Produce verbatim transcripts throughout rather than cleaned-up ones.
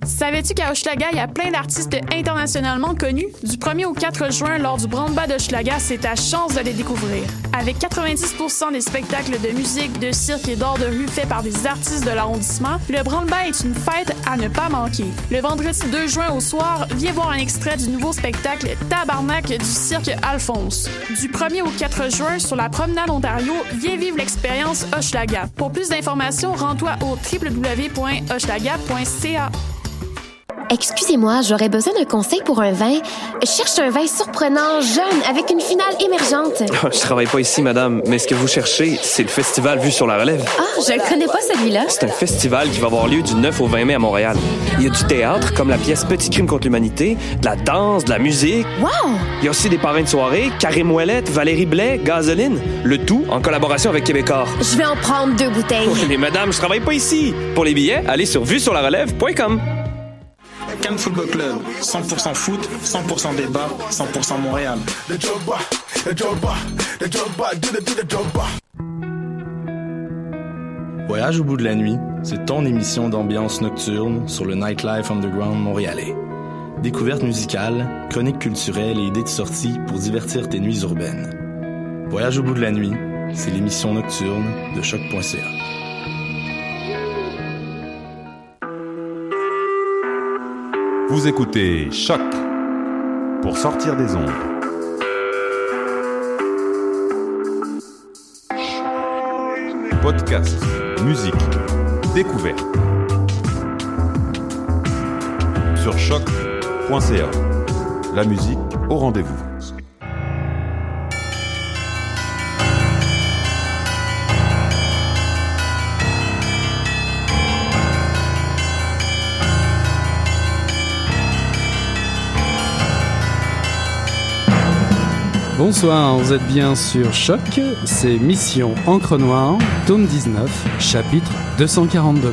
Savais-tu qu'à Hochelaga, il y a plein d'artistes internationalement connus? Du premier au quatre juin, lors du Brandba d'Hochelaga, c'est ta chance de les découvrir. Avec quatre-vingt-dix pour cent des spectacles de musique, de cirque et d'art de rue faits par des artistes de l'arrondissement, le Brandba est une fête à ne pas manquer. Le vendredi deux juin au soir, viens voir un extrait du nouveau spectacle Tabarnak du cirque Alphonse. Du premier au quatre juin, sur la promenade Ontario, viens vivre l'expérience Hochelaga. Pour plus d'informations, rends-toi au w w w point hochelaga point c a. Excusez-moi, j'aurais besoin d'un conseil pour un vin. Je cherche un vin surprenant, jeune, avec une finale émergente. Oh, je travaille pas ici, madame, mais ce que vous cherchez, c'est le festival Vue sur la Relève. Ah, je ne connais pas celui-là. C'est un festival qui va avoir lieu du neuf au vingt mai à Montréal. Il y a du théâtre, comme la pièce Petit crime contre l'humanité, de la danse, de la musique. Wow! Il y a aussi des parrains de soirée, Karim Ouellette, Valérie Blais, Gasoline. Le tout en collaboration avec Québécois. Je vais en prendre deux bouteilles. Oui, mais madame, je travaille pas ici. Pour les billets, allez sur vue sur la relève point com. Cannes Football Club, cent pour cent foot, cent pour cent débat, cent pour cent Montréal. Voyage au bout de la nuit, c'est ton émission d'ambiance nocturne sur le Nightlife Underground montréalais. Découvertes musicales, chroniques culturelles et idées de sortie pour divertir tes nuits urbaines. Voyage au bout de la nuit, c'est l'émission nocturne de choc point c a. Vous écoutez Choc pour sortir des ondes. Podcast, musique, découverte. Sur choc point c a. La musique au rendez-vous. Bonsoir, vous êtes bien sur Choc, c'est Mission Encre Noire, tome dix-neuf, chapitre deux cent quarante-deux.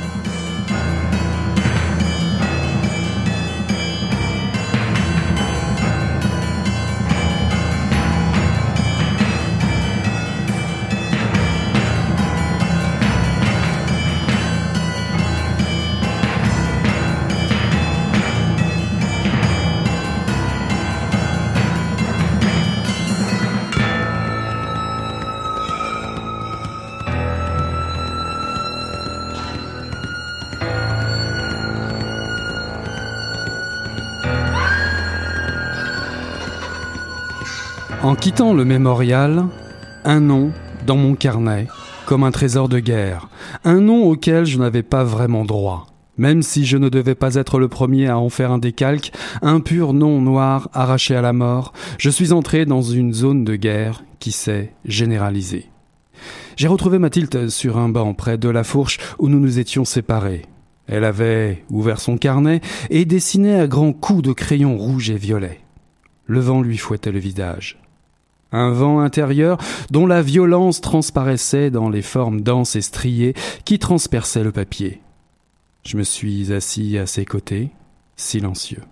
En quittant le mémorial, un nom dans mon carnet, comme un trésor de guerre, un nom auquel je n'avais pas vraiment droit. Même si je ne devais pas être le premier à en faire un décalque, un pur nom noir arraché à la mort, je suis entré dans une zone de guerre qui s'est généralisée. J'ai retrouvé Mathilde sur un banc près de la fourche où nous nous étions séparés. Elle avait ouvert son carnet et dessinait à grands coups de crayon rouge et violet. Le vent lui fouettait le visage. Un vent intérieur dont la violence transparaissait dans les formes denses et striées qui transperçaient le papier. Je me suis assis à ses côtés, silencieux.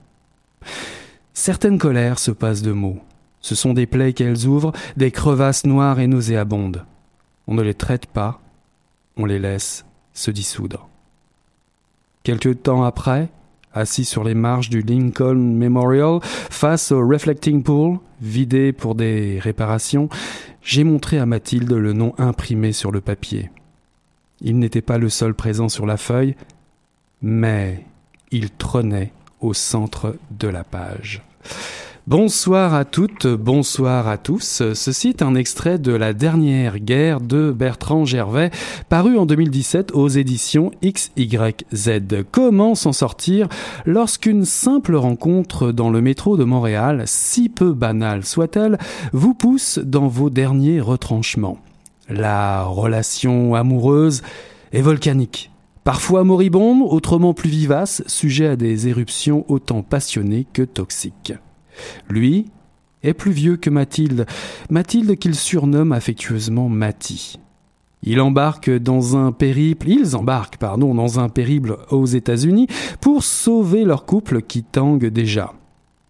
Certaines colères se passent de mots. Ce sont des plaies qu'elles ouvrent, des crevasses noires et nauséabondes. On ne les traite pas, on les laisse se dissoudre. Quelque temps après, assis sur les marches du Lincoln Memorial, face au Reflecting Pool, vidé pour des réparations, j'ai montré à Mathilde le nom imprimé sur le papier. Il n'était pas le seul présent sur la feuille, mais il trônait au centre de la page. Bonsoir à toutes, bonsoir à tous. Ceci est un extrait de La dernière guerre de Bertrand Gervais, paru en deux mille dix-sept aux éditions X Y Z. Comment s'en sortir lorsqu'une simple rencontre dans le métro de Montréal, si peu banale soit-elle, vous pousse dans vos derniers retranchements? La relation amoureuse est volcanique. Parfois moribonde, autrement plus vivace, sujet à des éruptions autant passionnées que toxiques. Lui est plus vieux que Mathilde, Mathilde qu'il surnomme affectueusement Mathie. Il embarque dans un périple, ils embarquent, pardon, dans un périple aux États-Unis pour sauver leur couple qui tangue déjà.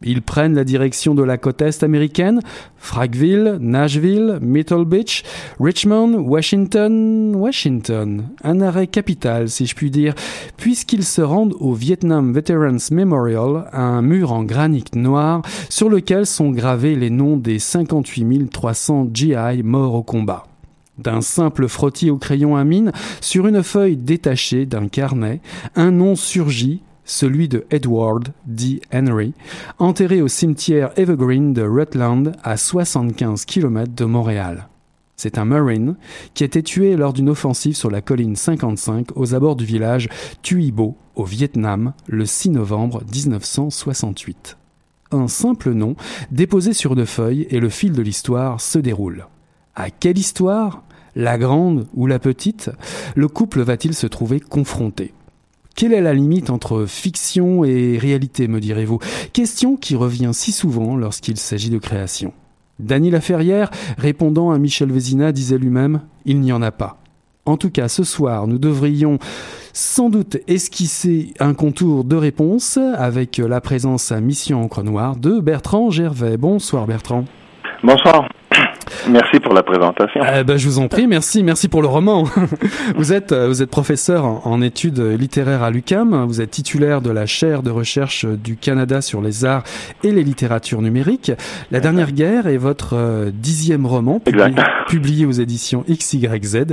Ils prennent la direction de la côte est américaine, Frackville, Nashville, Myrtle Beach, Richmond, Washington, Washington. Un arrêt capital, si je puis dire, puisqu'ils se rendent au Vietnam Veterans Memorial, un mur en granit noir sur lequel sont gravés les noms des cinquante-huit mille trois cents G I morts au combat. D'un simple frottis au crayon à mine, sur une feuille détachée d'un carnet, un nom surgit, celui de Edward D. Henry, enterré au cimetière Evergreen de Rutland à soixante-quinze kilomètres de Montréal. C'est un Marine qui a été tué lors d'une offensive sur la colline cinquante-cinq aux abords du village Thuy Bo, au Vietnam, le six novembre dix-neuf cent soixante-huit. Un simple nom déposé sur une feuille et le fil de l'histoire se déroule. À quelle histoire ? La grande ou la petite ? Le couple va-t-il se trouver confronté ? Quelle est la limite entre fiction et réalité, me direz-vous ? Question qui revient si souvent lorsqu'il s'agit de création. Dany Laferrière, répondant à Michel Vézina, disait lui-même « Il n'y en a pas ». En tout cas, ce soir, nous devrions sans doute esquisser un contour de réponse avec la présence à Mission Encre Noire de Bertrand Gervais. Bonsoir Bertrand. Bonsoir. Merci pour la présentation. Euh, ben, je vous en prie, merci, merci pour le roman. Vous êtes, vous êtes professeur en, en études littéraires à l'U Q A M, vous êtes titulaire de la chaire de recherche du Canada sur les arts et les littératures numériques. La dernière guerre est votre euh, dixième roman, publié, publié aux éditions X Y Z.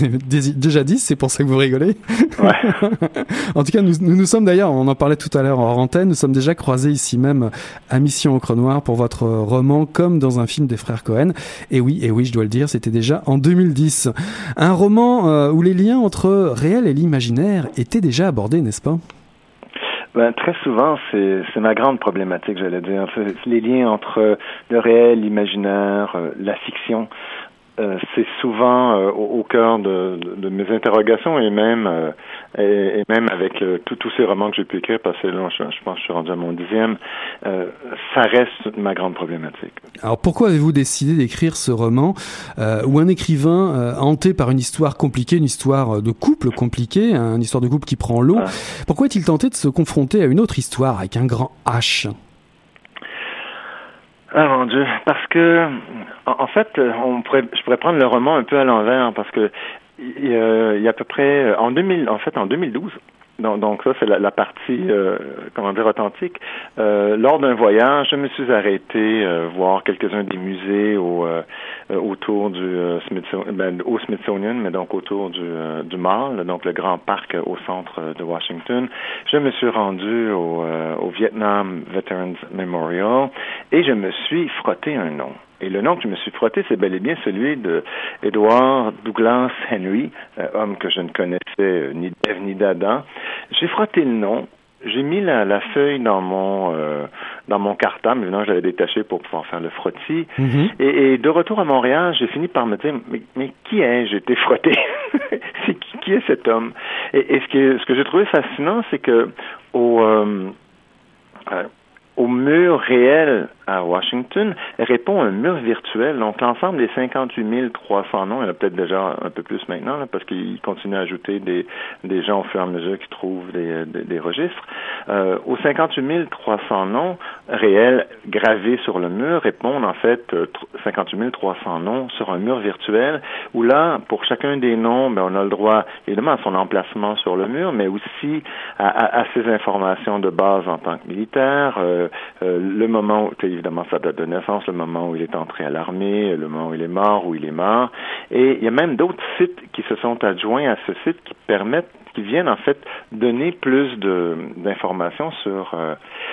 Déjà dix, c'est pour ça que vous rigolez. Ouais. En tout cas, nous, nous nous sommes d'ailleurs, on en parlait tout à l'heure en antenne, nous sommes déjà croisés ici même à Mission Encre Noire pour votre roman comme dans un film des frères Cohen. Et oui, et oui, je dois le dire, c'était déjà en deux mille dix. Un roman euh, où les liens entre réel et l'imaginaire étaient déjà abordés, n'est-ce pas? Ben, très souvent, c'est, c'est ma grande problématique, j'allais dire. Les liens entre le réel, l'imaginaire, euh, la fiction. Euh, c'est souvent euh, au, au cœur de, de, de mes interrogations et même euh, et, et même avec euh, tous ces romans que j'ai pu écrire, parce que là, je, je pense que je suis rendu à mon dixième, euh, ça reste ma grande problématique. Alors pourquoi avez-vous décidé d'écrire ce roman euh, où un écrivain euh, hanté par une histoire compliquée, une histoire de couple compliquée, hein, une histoire de couple qui prend l'eau, ah. pourquoi est-il tenté de se confronter à une autre histoire avec un grand H? Ah mon Dieu, parce que en, en fait, on pourrait, je pourrais prendre le roman un peu à l'envers, parce que il y a, il y a à peu près en deux mille, en fait en deux mille douze. Donc, donc ça, c'est la, la partie, euh, comment dire, authentique. Euh, lors d'un voyage, je me suis arrêté euh, voir quelques-uns des musées au, euh, autour du euh, Smithsonian, ben, au Smithsonian, mais donc autour du, euh, du Mall, donc le grand parc au centre de Washington. Je me suis rendu au, euh, au Vietnam Veterans Memorial et je me suis frotté un nom. Et le nom que je me suis frotté, c'est bel et bien celui de Edward Douglas Henry, euh, homme que je ne connaissais euh, ni d'Ève ni d'Adam. J'ai frotté le nom, j'ai mis la, la feuille dans mon euh, dans mon cartable, évidemment je l'avais détaché pour pouvoir faire le frottis. Mm-hmm. Et, et de retour à Montréal, j'ai fini par me dire, mais, mais qui ai-je été frotté? C'est qui, qui est cet homme? Et, et ce que ce que j'ai trouvé fascinant, c'est que au euh, euh, au mur réel à Washington répond un mur virtuel. Donc, l'ensemble des cinquante-huit mille trois cents noms, il y en a peut-être déjà un peu plus maintenant, là, parce qu'ils continuent à ajouter des, des gens au fur et à mesure qui trouvent des, des, des registres. Euh, aux cinquante-huit mille trois cents noms réels gravés sur le mur répondent en fait cinquante-huit mille trois cents noms sur un mur virtuel où là, pour chacun des noms, ben, on a le droit, évidemment, à son emplacement sur le mur, mais aussi à, à, à ses informations de base en tant que militaire, euh, euh, le moment où, évidemment, sa date de naissance, le moment où il est entré à l'armée, le moment où il est mort, où il est mort. Et il y a même d'autres sites qui se sont adjoints à ce site qui permettent, qui viennent en fait donner plus de d'informations sur euh,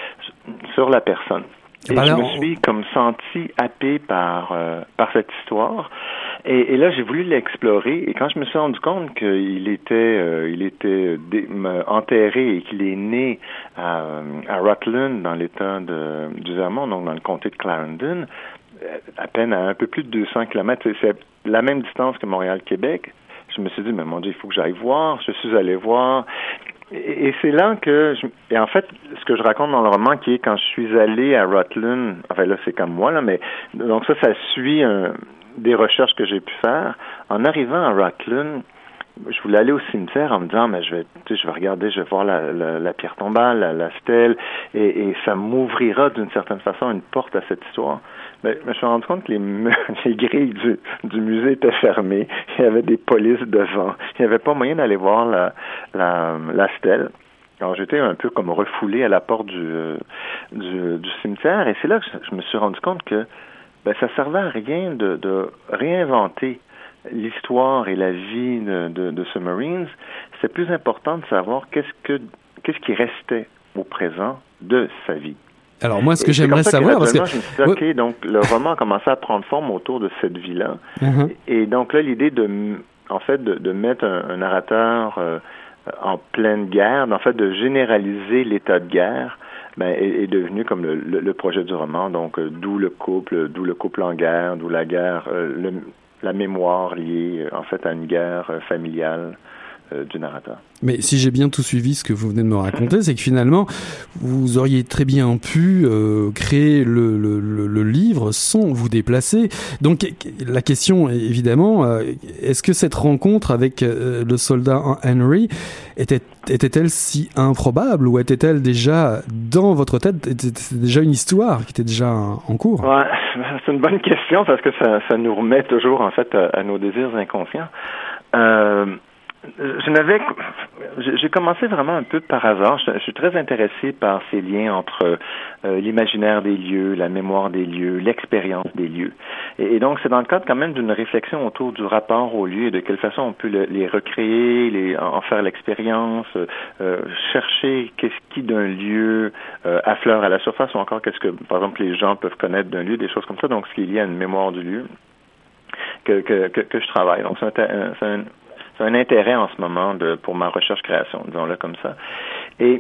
sur la personne. Et ben là, je me suis comme senti happé par euh, par cette histoire. Et, et là, j'ai voulu l'explorer. Et quand je me suis rendu compte qu'il était euh, il était dé, me, enterré et qu'il est né à, à Rutland, dans l'État de, du Vermont, donc dans le comté de Clarendon, à peine à un peu plus de deux cents kilomètres, c'est la même distance que Montréal-Québec. Je me suis dit, mais mon Dieu, il faut que j'aille voir. Je suis allé voir. Et, et c'est là que, je, et en fait, ce que je raconte dans le roman, qui est quand je suis allé à Rutland, enfin là, c'est comme moi, là, mais donc ça, ça suit un, des recherches que j'ai pu faire. En arrivant à Rutland, je voulais aller au cimetière en me disant, mais je vais, tu sais, je vais regarder, je vais voir la, la, la pierre tombale, la, la stèle, et, et ça m'ouvrira d'une certaine façon une porte à cette histoire. Mais je me suis rendu compte que les, les grilles du, du musée étaient fermées. Il y avait des polices devant. Il n'y avait pas moyen d'aller voir la, la, la stèle. Alors, j'étais un peu comme refoulé à la porte du, du, du cimetière. Et c'est là que je me suis rendu compte que ben, ça servait à rien de, de réinventer l'histoire et la vie de, de, de Submarines. C'est plus important de savoir qu'est-ce que qu'est-ce qui restait au présent de sa vie. Alors moi, ce que et j'aimerais savoir, parce que je me suis dit, ok, donc le roman a commencé à prendre forme autour de cette vie-là, uh-huh. et, et donc là, l'idée de, en fait, de, de mettre un, un narrateur euh, en pleine guerre, en fait, de généraliser l'état de guerre, ben, est, est devenu comme le, le, le projet du roman. Donc, euh, d'où le couple, d'où le couple en guerre, d'où la guerre, euh, le, la mémoire liée, euh, en fait, à une guerre euh, familiale euh, du narrateur. Mais si j'ai bien tout suivi ce que vous venez de me raconter, c'est que finalement, vous auriez très bien pu euh, créer le, le, le, le livre sans vous déplacer. Donc la question est évidemment, euh, est-ce que cette rencontre avec euh, le soldat Henry était, était-elle si improbable, ou était-elle déjà dans votre tête, était déjà une histoire qui était déjà en cours? Ouais, c'est une bonne question parce que ça, ça nous remet toujours en fait à, à nos désirs inconscients. Euh, Je n'avais, j'ai commencé vraiment un peu par hasard. Je, je suis très intéressé par ces liens entre euh, l'imaginaire des lieux, la mémoire des lieux, l'expérience des lieux. Et, et donc, c'est dans le cadre quand même d'une réflexion autour du rapport aux lieux et de quelle façon on peut le, les recréer, les, en faire l'expérience, euh, chercher qu'est-ce qui d'un lieu euh, affleure à la surface, ou encore qu'est-ce que, par exemple, les gens peuvent connaître d'un lieu, des choses comme ça. Donc, ce qui est lié à une mémoire du lieu que que que, que je travaille. Donc, c'est un, c'est un C'est un intérêt en ce moment de, pour ma recherche-création, disons-le comme ça. Et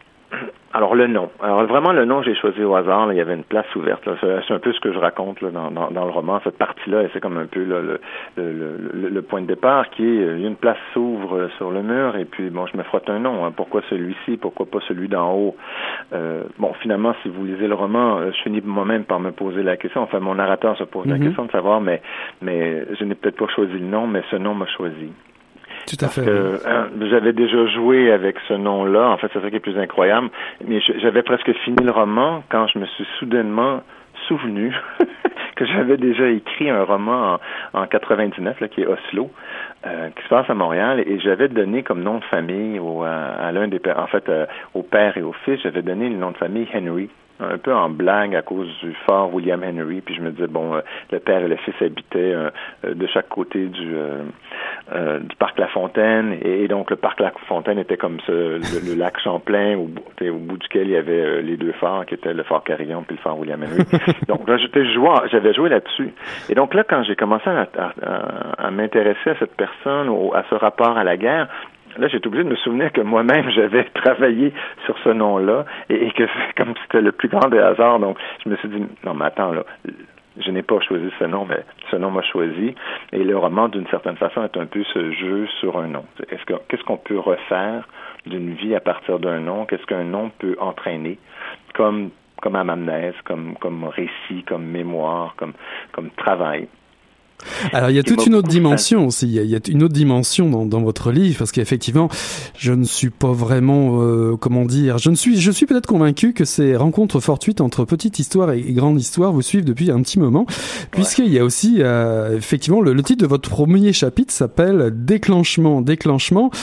alors le nom. Alors vraiment le nom, j'ai choisi au hasard. Là, il y avait une place ouverte. Là. C'est, c'est un peu ce que je raconte là, dans, dans, dans le roman. Cette partie-là, c'est comme un peu là, le, le, le, le point de départ qui est, il y a une place s'ouvre sur le mur et puis bon, je me frotte un nom. Hein. Pourquoi celui-ci? Pourquoi pas celui d'en haut? Euh, bon, finalement, si vous lisez le roman, je finis moi-même par me poser la question. Enfin, mon narrateur se pose mm-hmm. la question de savoir, mais mais je n'ai peut-être pas choisi le nom, mais ce nom m'a choisi. Tout à fait. Parce que, hein, j'avais déjà joué avec ce nom-là. En fait, c'est ça qui est plus incroyable. Mais je, j'avais presque fini le roman quand je me suis soudainement souvenu que j'avais déjà écrit un roman en, en quatre-vingt-dix-neuf, là, qui est Oslo, euh, qui se passe à Montréal. Et j'avais donné comme nom de famille au, à, à l'un des pères, en fait, euh, au père et au fils, j'avais donné le nom de famille Henry. Un peu en blague à cause du fort William Henry, puis je me disais, bon, euh, le père et le fils habitaient euh, de chaque côté du euh, euh, du parc La Fontaine, et, et donc le parc La Fontaine était comme ce, le, le lac Champlain, au, au bout duquel il y avait euh, les deux forts, qui étaient le fort Carillon puis le fort William Henry. Donc là, j'étais joueur, j'avais joué là-dessus. Et donc là, quand j'ai commencé à, à, à, à m'intéresser à cette personne, au, à ce rapport à la guerre, là, j'étais obligé de me souvenir que moi-même, j'avais travaillé sur ce nom-là et, et que comme c'était le plus grand des hasards, donc je me suis dit, non, mais attends, là, je n'ai pas choisi ce nom, mais ce nom m'a choisi. Et le roman, d'une certaine façon, est un peu ce jeu sur un nom. Est-ce que, qu'est-ce qu'on peut refaire d'une vie à partir d'un nom? Qu'est-ce qu'un nom peut entraîner comme, comme anamnèse, comme, comme récit, comme mémoire, comme, comme travail? Alors il y a toute une autre dimension aussi, il y a, il y a une autre dimension dans, dans votre livre, parce qu'effectivement je ne suis pas vraiment, euh, comment dire, je ne suis, je suis peut-être convaincu que ces rencontres fortuites entre petite histoire et, et grande histoire vous suivent depuis un petit moment, puisqu'il ouais. y a aussi euh, effectivement le, le titre de votre premier chapitre s'appelle Déclenchement, déclenchement,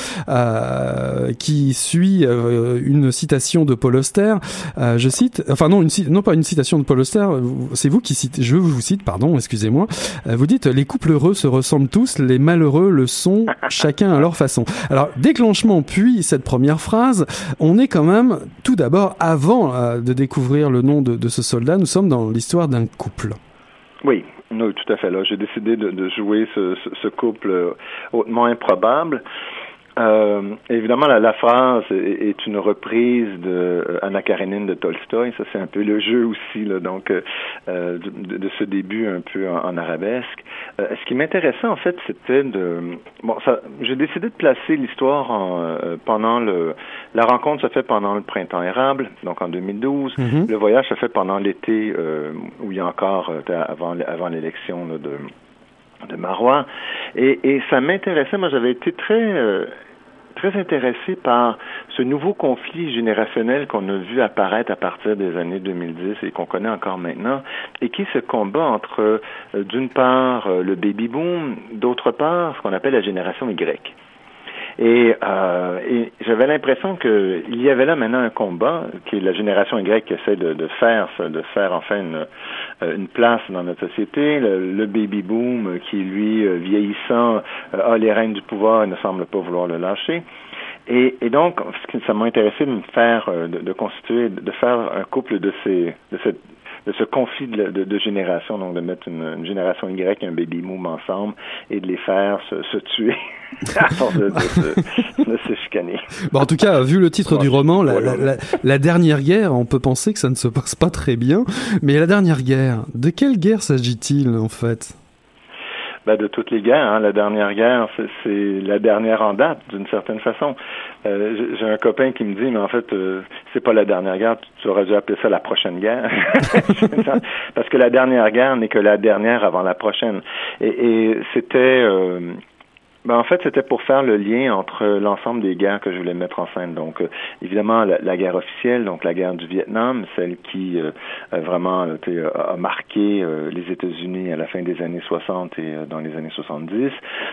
euh, qui suit euh, une citation de Paul Auster, euh, je cite, enfin non, une, non pas une citation de Paul Auster, c'est vous qui citez, je vous cite, pardon, excusez-moi, euh, vous dites les couples heureux se ressemblent tous, les malheureux le sont, chacun à leur façon. Alors, déclenchement, puis cette première phrase, on est quand même, tout d'abord, avant euh, de découvrir le nom de, de ce soldat, nous sommes dans l'histoire d'un couple. Oui, oui, tout à fait. Là, j'ai décidé de, de jouer ce, ce, ce couple hautement improbable. Euh, évidemment, la, la phrase est, est une reprise de euh, Anna Karénine de Tolstoï. Ça, c'est un peu le jeu aussi, là, donc euh, de, de ce début un peu en, en arabesque. Euh, ce qui m'intéressait, en fait, c'était de... Bon, ça, j'ai décidé de placer l'histoire en, euh, pendant le... La rencontre se fait pendant le printemps érable, donc en deux mille douze. Mm-hmm. Le voyage se fait pendant l'été, euh, où il y a encore, euh, avant, avant l'élection là, de... de Marois. Et, et ça m'intéressait. Moi, j'avais été très... Euh, très intéressé par ce nouveau conflit générationnel qu'on a vu apparaître à partir des années deux mille dix et qu'on connaît encore maintenant, et qui se combat entre, euh, d'une part, euh, le baby-boom, d'autre part, ce qu'on appelle la génération Y. Et, euh, et j'avais l'impression que il y avait là maintenant un combat, qui est la génération Y qui essaie de, de faire, de faire enfin une, une place dans notre société, le, le baby boom qui lui, vieillissant, a les rênes du pouvoir et ne semble pas vouloir le lâcher. Et, et donc, ça m'a intéressé de me faire, de, de constituer, de faire un couple de ces, de cette de ce conflit de, de, de génération, donc de mettre une, une génération Y et un baby boom ensemble et de les faire se, se tuer à force de, de, de, de se chicaner. Bon, en tout cas, vu le titre bon, du roman, la, la, la, la dernière guerre, on peut penser que ça ne se passe pas très bien, mais la dernière guerre, de quelle guerre s'agit-il en fait? Ben, de toutes les guerres, hein. La dernière guerre, c'est, c'est la dernière en date, d'une certaine façon. Euh, j'ai un copain qui me dit, mais en fait, euh, c'est pas la dernière guerre, tu aurais dû appeler ça la prochaine guerre. Parce que la dernière guerre n'est que la dernière avant la prochaine. Et, et c'était... Euh, Ben, en fait, c'était pour faire le lien entre l'ensemble des guerres que je voulais mettre en scène. Donc, euh, évidemment, la, la guerre officielle, donc la guerre du Vietnam, celle qui euh, vraiment euh, a marqué euh, les États-Unis à la fin des années soixante et euh, dans les années soixante-dix.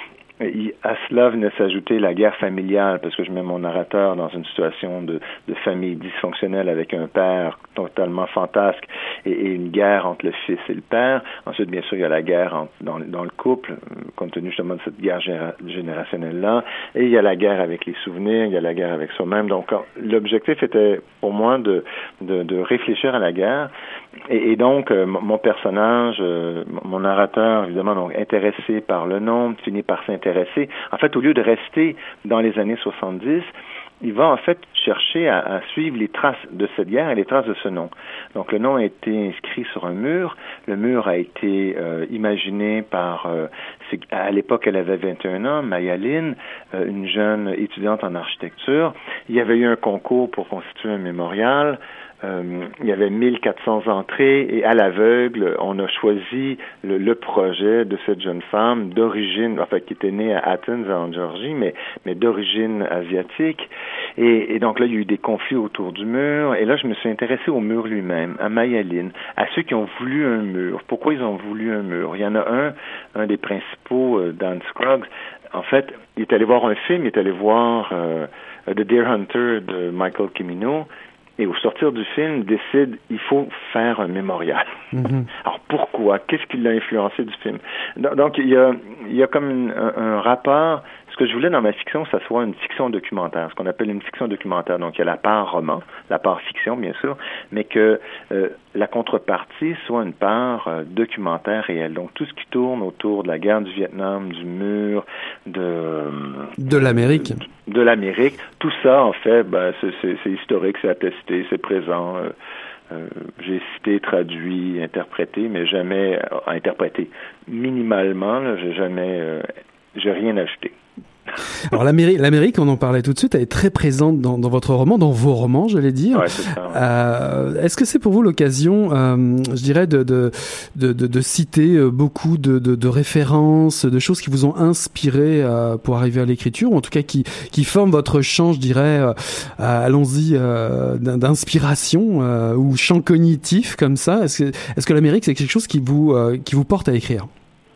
Et à cela venait s'ajouter la guerre familiale, parce que je mets mon narrateur dans une situation de, de famille dysfonctionnelle avec un père totalement fantasque et, et une guerre entre le fils et le père. Ensuite, bien sûr, il y a la guerre en, dans, dans le couple, compte tenu justement de cette guerre géra- générationnelle-là. Et il y a la guerre avec les souvenirs, il y a la guerre avec soi-même. Donc, l'objectif était pour moi de, de, de réfléchir à la guerre. Et, et donc, euh, mon personnage, euh, mon narrateur, évidemment, donc intéressé par le nom, finit par s'intéresser. En fait, au lieu de rester dans les années soixante-dix, il va en fait chercher à, à suivre les traces de cette guerre et les traces de ce nom. Donc, le nom a été inscrit sur un mur. Le mur a été euh, imaginé par... Euh, à l'époque, elle avait vingt et un ans, Maya Lin, euh, une jeune étudiante en architecture. Il y avait eu un concours pour constituer un mémorial. Euh, il y avait mille quatre cents entrées et à l'aveugle, on a choisi le, le projet de cette jeune femme d'origine, enfin qui était née à Athens en Géorgie, mais, mais d'origine asiatique. Et, et donc là, il y a eu des conflits autour du mur. Et là, je me suis intéressé au mur lui-même, à Maya Lin, à ceux qui ont voulu un mur. Pourquoi ils ont voulu un mur? Il y en a un, un des principaux, euh, Dan Scruggs. En fait, il est allé voir un film, il est allé voir euh, The Deer Hunter de Michael Cimino. Et au sortir du film, décide il faut faire un mémorial. Mm-hmm. Alors pourquoi? Qu'est-ce qui l'a influencé du film? Donc il y a, il y a comme une, un, un rapport. Ce que je voulais dans ma fiction, que ça soit une fiction documentaire, ce qu'on appelle une fiction documentaire. Donc il y a la part roman, la part fiction bien sûr, mais que euh, la contrepartie soit une part euh, documentaire réelle. Donc tout ce qui tourne autour de la guerre du Vietnam, du mur, de de l'Amérique, de, de l'Amérique, tout ça en fait, ben, c'est, c'est, c'est historique, c'est attesté, c'est présent. Euh, Euh, j'ai cité, traduit, interprété, mais jamais euh, interprété. Minimalement, là, j'ai jamais, euh, j'ai rien ajouté. Alors l'Amérique, l'Amérique, on en parlait tout de suite, elle est très présente dans, dans votre roman, dans vos romans, j'allais dire. Ouais, c'est ça, ouais. Euh, est-ce que c'est pour vous l'occasion, euh, je dirais, de, de, de, de, de citer beaucoup de, de, de références, de choses qui vous ont inspiré euh, pour arriver à l'écriture, ou en tout cas qui, qui forment votre champ, je dirais, euh, allons-y, euh, d'inspiration euh, ou champ cognitif comme ça. Est-ce que, est-ce que l'Amérique, c'est quelque chose qui vous, euh, qui vous porte à écrire?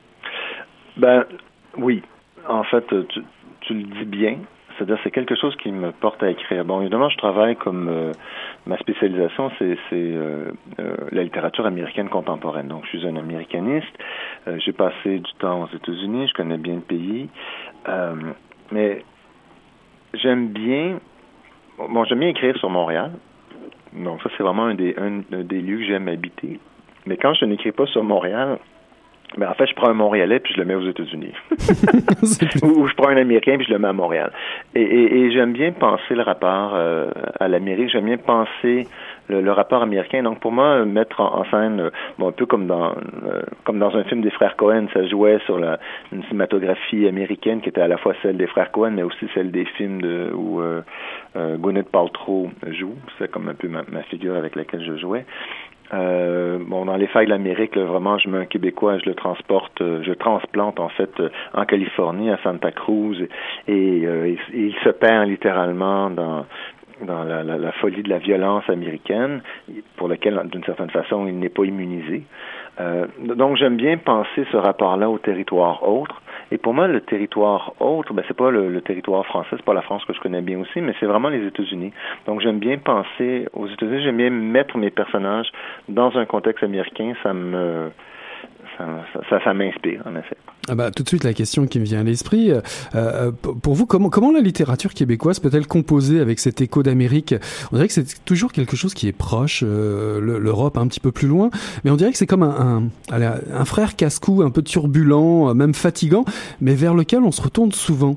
Ben oui. En fait, tu, tu le dis bien, c'est-à-dire c'est quelque chose qui me porte à écrire. Bon, évidemment, je travaille comme euh, ma spécialisation, c'est, c'est euh, euh, la littérature américaine contemporaine. Donc, je suis un américaniste. Euh, j'ai passé du temps aux États-Unis, je connais bien le pays, euh, mais j'aime bien. Bon, j'aime bien écrire sur Montréal. Donc, ça, c'est vraiment un des un, un des lieux que j'aime habiter. Mais quand je n'écris pas sur Montréal, ben en fait, je prends un Montréalais puis je le mets aux États-Unis. ou, ou je prends un Américain puis je le mets à Montréal. Et, et, et j'aime bien penser le rapport euh, à l'Amérique. J'aime bien penser le, le rapport américain. Donc pour moi, mettre en, en scène, bon, un peu comme dans euh, comme dans un film des frères Coen, ça jouait sur la une cinématographie américaine qui était à la fois celle des frères Coen, mais aussi celle des films de où euh, euh, Gwyneth Paltrow joue. C'est comme un peu ma, ma figure avec laquelle je jouais. Euh, bon, dans les failles de l'Amérique, là, vraiment, je mets un Québécois, je le transporte, euh, je transplante en fait euh, en Californie, à Santa Cruz, et, et, euh, et, et il se perd littéralement dans dans la, la, la folie de la violence américaine, pour laquelle, d'une certaine façon, il n'est pas immunisé. Euh, donc, j'aime bien penser ce rapport-là au territoire autre. Et pour moi, le territoire autre, ben c'est pas le, le territoire français, c'est pas la France que je connais bien aussi, mais c'est vraiment les États-Unis. Donc, j'aime bien penser aux États-Unis, j'aime bien mettre mes personnages dans un contexte américain, ça me, ça, ça, ça, ça m'inspire, en effet. Ah bah, tout de suite, la question qui me vient à l'esprit, euh, pour vous, comment, comment la littérature québécoise peut-elle composer avec cet écho d'Amérique? On dirait que c'est toujours quelque chose qui est proche, euh, l'Europe un petit peu plus loin, mais on dirait que c'est comme un, un, un frère casse-cou, un peu turbulent, même fatigant, mais vers lequel on se retourne souvent.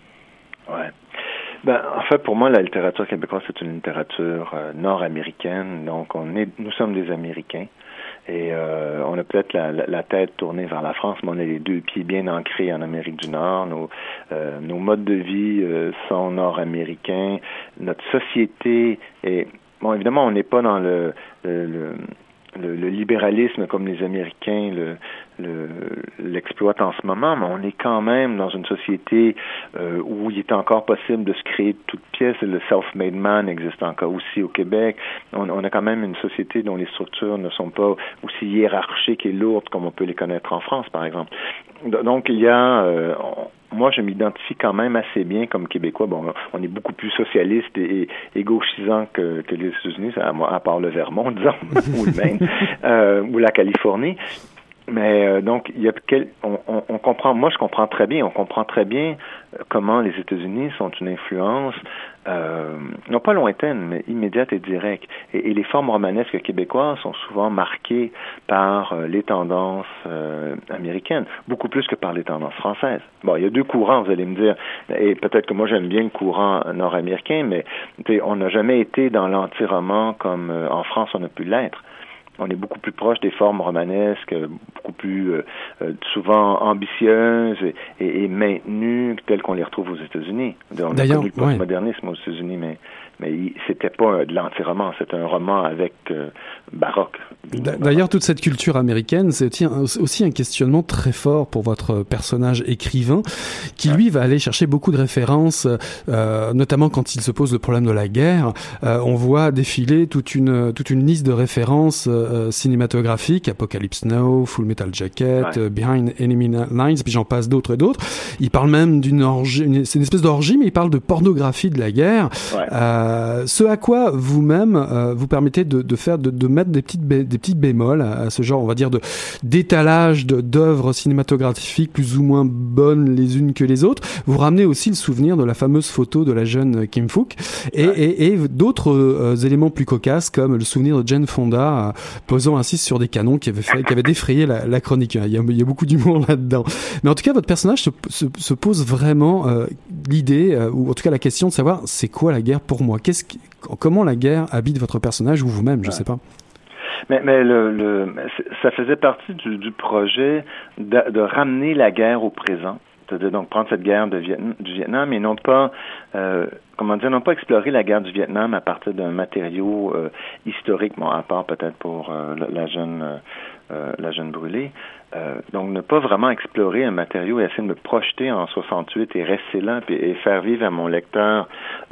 Ouais. Ben, en fait, pour moi, la littérature québécoise, c'est une littérature euh, nord-américaine, donc on est, nous sommes des Américains. Et euh, on a peut-être la, la, la tête tournée vers la France, mais on a les deux pieds bien ancrés en Amérique du Nord. Nos, euh, nos modes de vie euh, sont nord-américains. Notre société est... Bon, évidemment, on n'est pas dans le, le, le, le, le libéralisme comme les Américains le, le, l'exploitent en ce moment, mais on est quand même dans une société euh, où il est encore possible de se créer de toutes pièces. Le self-made man existe encore aussi au Québec. On, on a quand même une société dont les structures ne sont pas aussi hiérarchiques et lourdes comme on peut les connaître en France, par exemple. Donc, il y a... Euh, on, moi, je m'identifie quand même assez bien comme Québécois. Bon, on est beaucoup plus socialiste et, et gauchisant que, que les États-Unis, à, à part le Vermont, disons, ou le Maine, euh, ou la Californie. Mais euh, donc, il y a quel, on, on, on comprend. Moi, je comprends très bien. On comprend très bien comment les États-Unis sont une influence, euh, non pas lointaine, mais immédiate et directe. Et, et les formes romanesques québécoises sont souvent marquées par euh, les tendances euh, américaines, beaucoup plus que par les tendances françaises. Bon, il y a deux courants, vous allez me dire, et peut-être que moi j'aime bien le courant nord-américain, mais on n'a jamais été dans l'anti-roman comme euh, en France on a pu l'être. On est beaucoup plus proche des formes romanesques, beaucoup plus euh, euh, souvent ambitieuses et, et, et maintenues telles qu'on les retrouve aux États-Unis. On a connu le postmodernisme aux États-Unis, mais mais c'était pas de l'anti-roman, c'était un roman avec euh, baroque. D'ailleurs, toute cette culture américaine, c'est aussi un, aussi un questionnement très fort pour votre personnage écrivain, qui lui va aller chercher beaucoup de références, euh, notamment quand il se pose le problème de la guerre. Euh, on voit défiler toute une toute une liste de références euh, cinématographiques, Apocalypse Now, Full Metal Jacket, ouais. euh, Behind Enemy Lines, puis j'en passe d'autres et d'autres. Il parle même d'une orgie, une, c'est une espèce d'orgie, mais il parle de pornographie de la guerre. Ouais. Euh, Euh, ce à quoi vous-même euh, vous permettez de, de faire, de, de mettre des petites bé- des petites bémols à, à ce genre, on va dire, de d'étalage de, d'œuvres cinématographiques plus ou moins bonnes les unes que les autres. Vous ramenez aussi le souvenir de la fameuse photo de la jeune Kim Phuc et, ouais. et, et d'autres euh, éléments plus cocasses comme le souvenir de Jane Fonda euh, posant ainsi sur des canons qui avaient, fait, qui avaient défrayé la, la chronique. Il y, a, il y a beaucoup d'humour là-dedans. Mais en tout cas, votre personnage se, se, se pose vraiment euh, l'idée, euh, ou en tout cas la question de savoir c'est quoi la guerre pour moi. Qu'est-ce qui, comment la guerre habite votre personnage ou vous-même, je ne ouais. sais pas. Mais, mais le, le, ça faisait partie du, du projet de, de ramener la guerre au présent, de, de donc prendre cette guerre de Vietnam, du Vietnam et non pas, euh, comment dire, non pas explorer la guerre du Vietnam à partir d'un matériau euh, historique, bon, à part peut-être pour euh, la, la jeune, euh, la jeune brûlée. Euh, donc, ne pas vraiment explorer un matériau et essayer de me projeter en soixante-huit et rester là et, et faire vivre à mon lecteur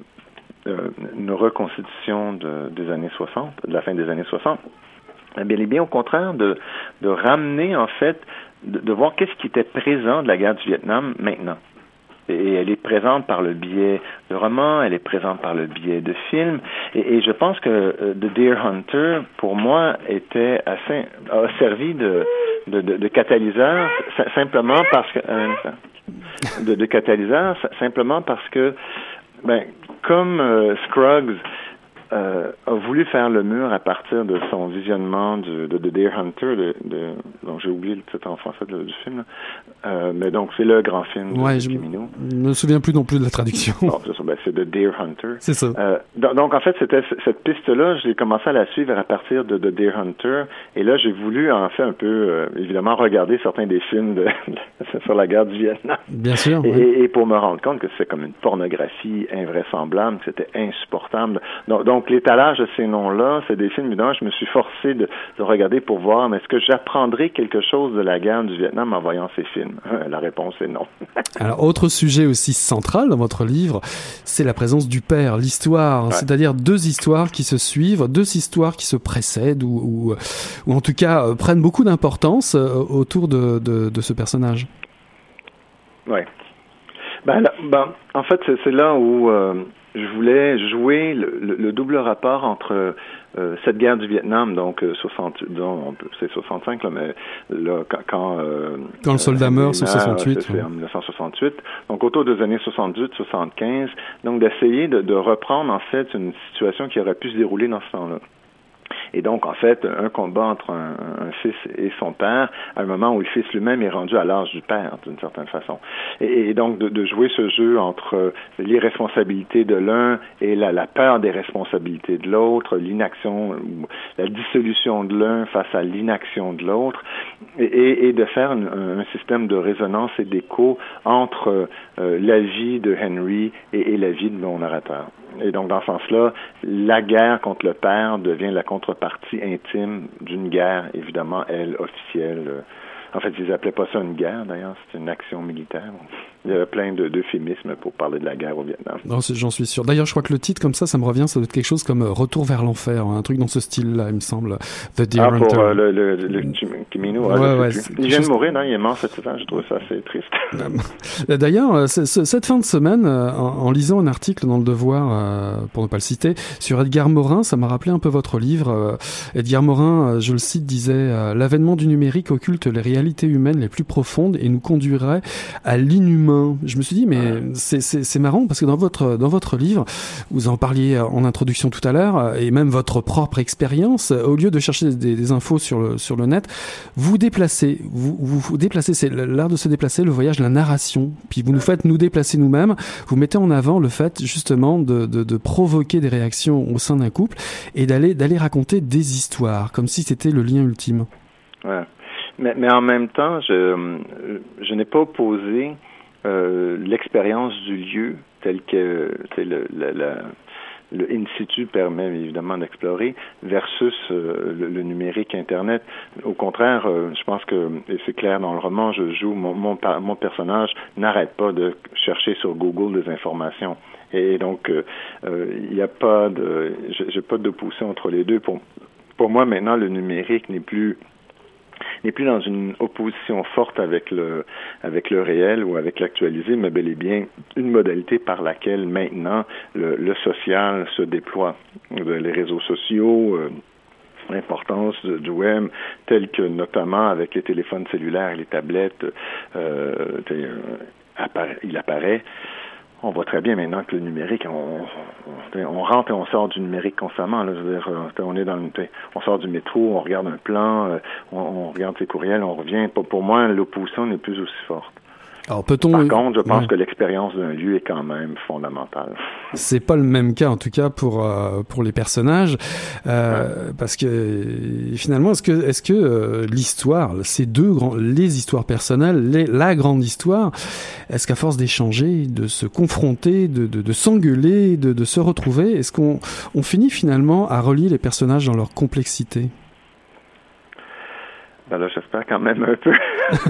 une reconstitution de, des années soixante, de la fin des années soixante. Eh bien, bien au contraire, de, de ramener, en fait, de, de voir qu'est-ce qui était présent de la guerre du Vietnam maintenant. Et elle est présente par le biais de romans, elle est présente par le biais de films. Et, et je pense que euh, The Deer Hunter, pour moi, était assez, a servi de, de, de, de catalyseur, simplement parce que, euh, de, de catalyseur, simplement parce que, ben, comme euh, Scruggs euh, a voulu faire le mur à partir de son visionnement de, de, de Deer Hunter, de, de, donc j'ai oublié le titre en français de, du film, là. Euh, mais donc c'est le grand film de ouais, je Cimino. Je me souviens plus non plus de la traduction. Bon, c'est, ça, ben, c'est The Deer Hunter. C'est ça. Euh, donc, donc en fait, c'était cette piste-là, j'ai commencé à la suivre à partir de, de Deer Hunter, et là j'ai voulu en fait un peu, euh, évidemment, regarder certains des films de, sur la guerre du Vietnam. Bien sûr. Et, oui. et, et pour me rendre compte que c'est comme une pornographie invraisemblable, que c'était insupportable. Donc, donc donc, l'étalage de ces noms-là, c'est des films, évidemment, je me suis forcé de, de regarder pour voir, mais est-ce que j'apprendrai quelque chose de la guerre du Vietnam en voyant ces films? La réponse est non. Alors, autre sujet aussi central dans votre livre, c'est la présence du père, l'histoire, ouais. C'est-à-dire deux histoires qui se suivent, deux histoires qui se précèdent ou, ou, ou en tout cas euh, prennent beaucoup d'importance euh, autour de, de, de ce personnage. Oui. Ben, là, ben, en fait, c'est, c'est là où euh, je voulais jouer le, le, le double rapport entre euh, cette guerre du Vietnam, donc euh, soixante, non, c'est soixante-cinq, là, mais là, quand... Quand, euh, quand le soldat euh, meurt, c'est soixante-huit. C'est, c'est en dix-neuf cent soixante-huit. Donc, autour des années soixante-dix soixante-quinze. Donc, d'essayer de, de reprendre, en fait, une situation qui aurait pu se dérouler dans ce temps-là. Et donc, en fait, un combat entre un, un fils et son père, à un moment où le fils lui-même est rendu à l'âge du père, d'une certaine façon. Et, et donc, de, de jouer ce jeu entre l'irresponsabilité de l'un et la, la peur des responsabilités de l'autre, l'inaction, la dissolution de l'un face à l'inaction de l'autre, et, et, et de faire un, un système de résonance et d'écho entre euh, la vie de Henry et, et la vie de mon narrateur. Et donc, dans ce sens-là, la guerre contre le père devient la contrepartie intime d'une guerre, évidemment, elle, officielle. En fait, ils n'appelaient pas ça une guerre, d'ailleurs, c'est une action militaire. Il y avait plein de, d'euphémismes pour parler de la guerre au Vietnam. Non, j'en suis sûr. D'ailleurs, je crois que le titre, comme ça, ça me revient, ça doit être quelque chose comme Retour vers l'enfer, un truc dans ce style-là, il me semble. The Dear ah, pour Hunter. euh, le, le, le Kimino. Ouais, ah, ouais, il vient de mourir, non? Il est mort cet hiver, je trouve ça assez triste. D'ailleurs, c- c- cette fin de semaine, en, en lisant un article dans Le Devoir, euh, pour ne pas le citer, sur Edgar Morin, ça m'a rappelé un peu votre livre. Euh, Edgar Morin, je le cite, disait euh, « L'avènement du numérique occulte les réalités humaines les plus profondes et nous conduirait à l'inhumain ». Je me suis dit, mais c'est, c'est, c'est marrant parce que dans votre, dans votre livre, vous en parliez en introduction tout à l'heure, et même votre propre expérience, au lieu de chercher des, des infos sur le, sur le net, vous déplacez, vous, vous, vous déplacez, c'est l'art de se déplacer, le voyage, la narration, puis vous nous faites nous déplacer nous-mêmes, vous mettez en avant le fait justement de, de, de provoquer des réactions au sein d'un couple et d'aller, d'aller raconter des histoires, comme si c'était le lien ultime. Ouais. Mais, mais en même temps, je, je n'ai pas opposé Euh, l'expérience du lieu tel que le, le, le, le in situ permet évidemment d'explorer versus euh, le, le numérique Internet. Au contraire, euh, je pense que, et c'est clair dans le roman, je joue, mon, mon, mon personnage n'arrête pas de chercher sur Google des informations. Et donc, il euh, n'y euh, a pas de, j'ai pas d'opposition entre les deux. Pour, pour moi, maintenant, le numérique n'est plus n'est plus dans une opposition forte avec le avec le réel ou avec l'actualisé, mais bel et bien une modalité par laquelle maintenant le, le social se déploie. Les réseaux sociaux, euh, l'importance du web, telle que notamment avec les téléphones cellulaires et les tablettes, euh, euh, appara- il apparaît. On voit très bien maintenant que le numérique, on, on, on rentre et on sort du numérique constamment. Là, je veux dire, on est dans le, on sort du métro, on regarde un plan, on, on regarde ses courriels, on revient. Pour, pour moi, l'opposition n'est plus aussi forte. Alors, peut-on... Par contre, je pense ouais. que l'expérience d'un lieu est quand même fondamentale. C'est pas le même cas, en tout cas, pour euh, pour les personnages, euh, ouais. parce que finalement, est-ce que est-ce que euh, l'histoire, ces deux grands, les histoires personnelles, les, la grande histoire, est-ce qu'à force d'échanger, de se confronter, de de, de s'engueuler, de de se retrouver, est-ce qu'on on finit finalement à relier les personnages dans leur complexité? Ben là, j'espère quand même un peu.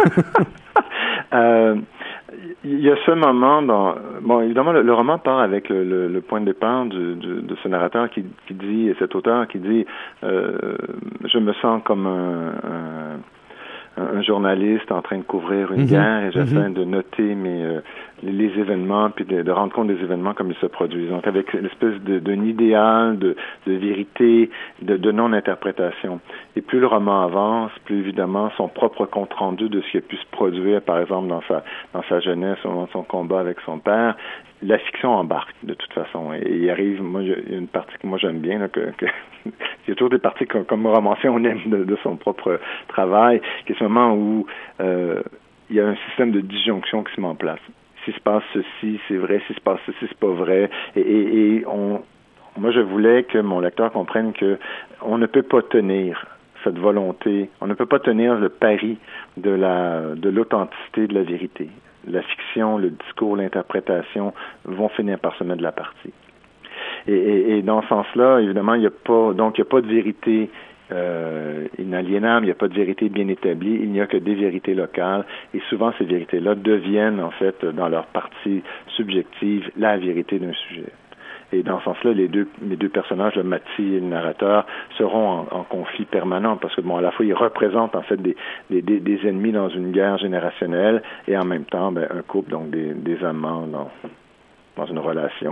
Euh, il y a ce moment dans... Bon, évidemment, le, le roman part avec le, le, le point de départ du, du, de ce narrateur qui, qui dit, cet auteur qui dit euh, « Je me sens comme un, un, un journaliste en train de couvrir une mmh, guerre et j'essaie mmh. de noter mes, euh, les, les événements puis de, de rendre compte des événements comme ils se produisent. » Donc, avec l'espèce de, d'un idéal, de, de vérité, de, de non-interprétation. Et plus le roman avance, plus évidemment son propre compte-rendu de ce qui a pu se produire, par exemple, dans sa, dans sa jeunesse, au moment de son combat avec son père, la fiction embarque, de toute façon. Et il arrive, moi, il y a une partie que moi j'aime bien, là, que, que il y a toujours des parties que, comme romancier, on aime de, de son propre travail, qui est ce moment où euh, il y a un système de disjonction qui se met en place. S'il se passe ceci, c'est vrai, s'il se passe ceci, c'est pas vrai. Et, et, et on, moi, je voulais que mon lecteur comprenne que on ne peut pas tenir cette volonté, on ne peut pas tenir le pari de la de l'authenticité de la vérité. La fiction, le discours, l'interprétation vont finir par se mettre de la partie. Et, et, et dans ce sens-là, évidemment, il n'y a pas, donc il n'y a pas de vérité euh, inaliénable, il n'y a pas de vérité bien établie, il n'y a que des vérités locales. Et souvent, ces vérités-là deviennent, en fait, dans leur partie subjective, la vérité d'un sujet. Et dans ce sens-là, les deux, les deux personnages, le Matty et le narrateur, seront en, en conflit permanent parce que, bon, à la fois, ils représentent, en fait, des, des, des, des ennemis dans une guerre générationnelle et en même temps, ben, un couple, donc des, des amants dans, dans une relation.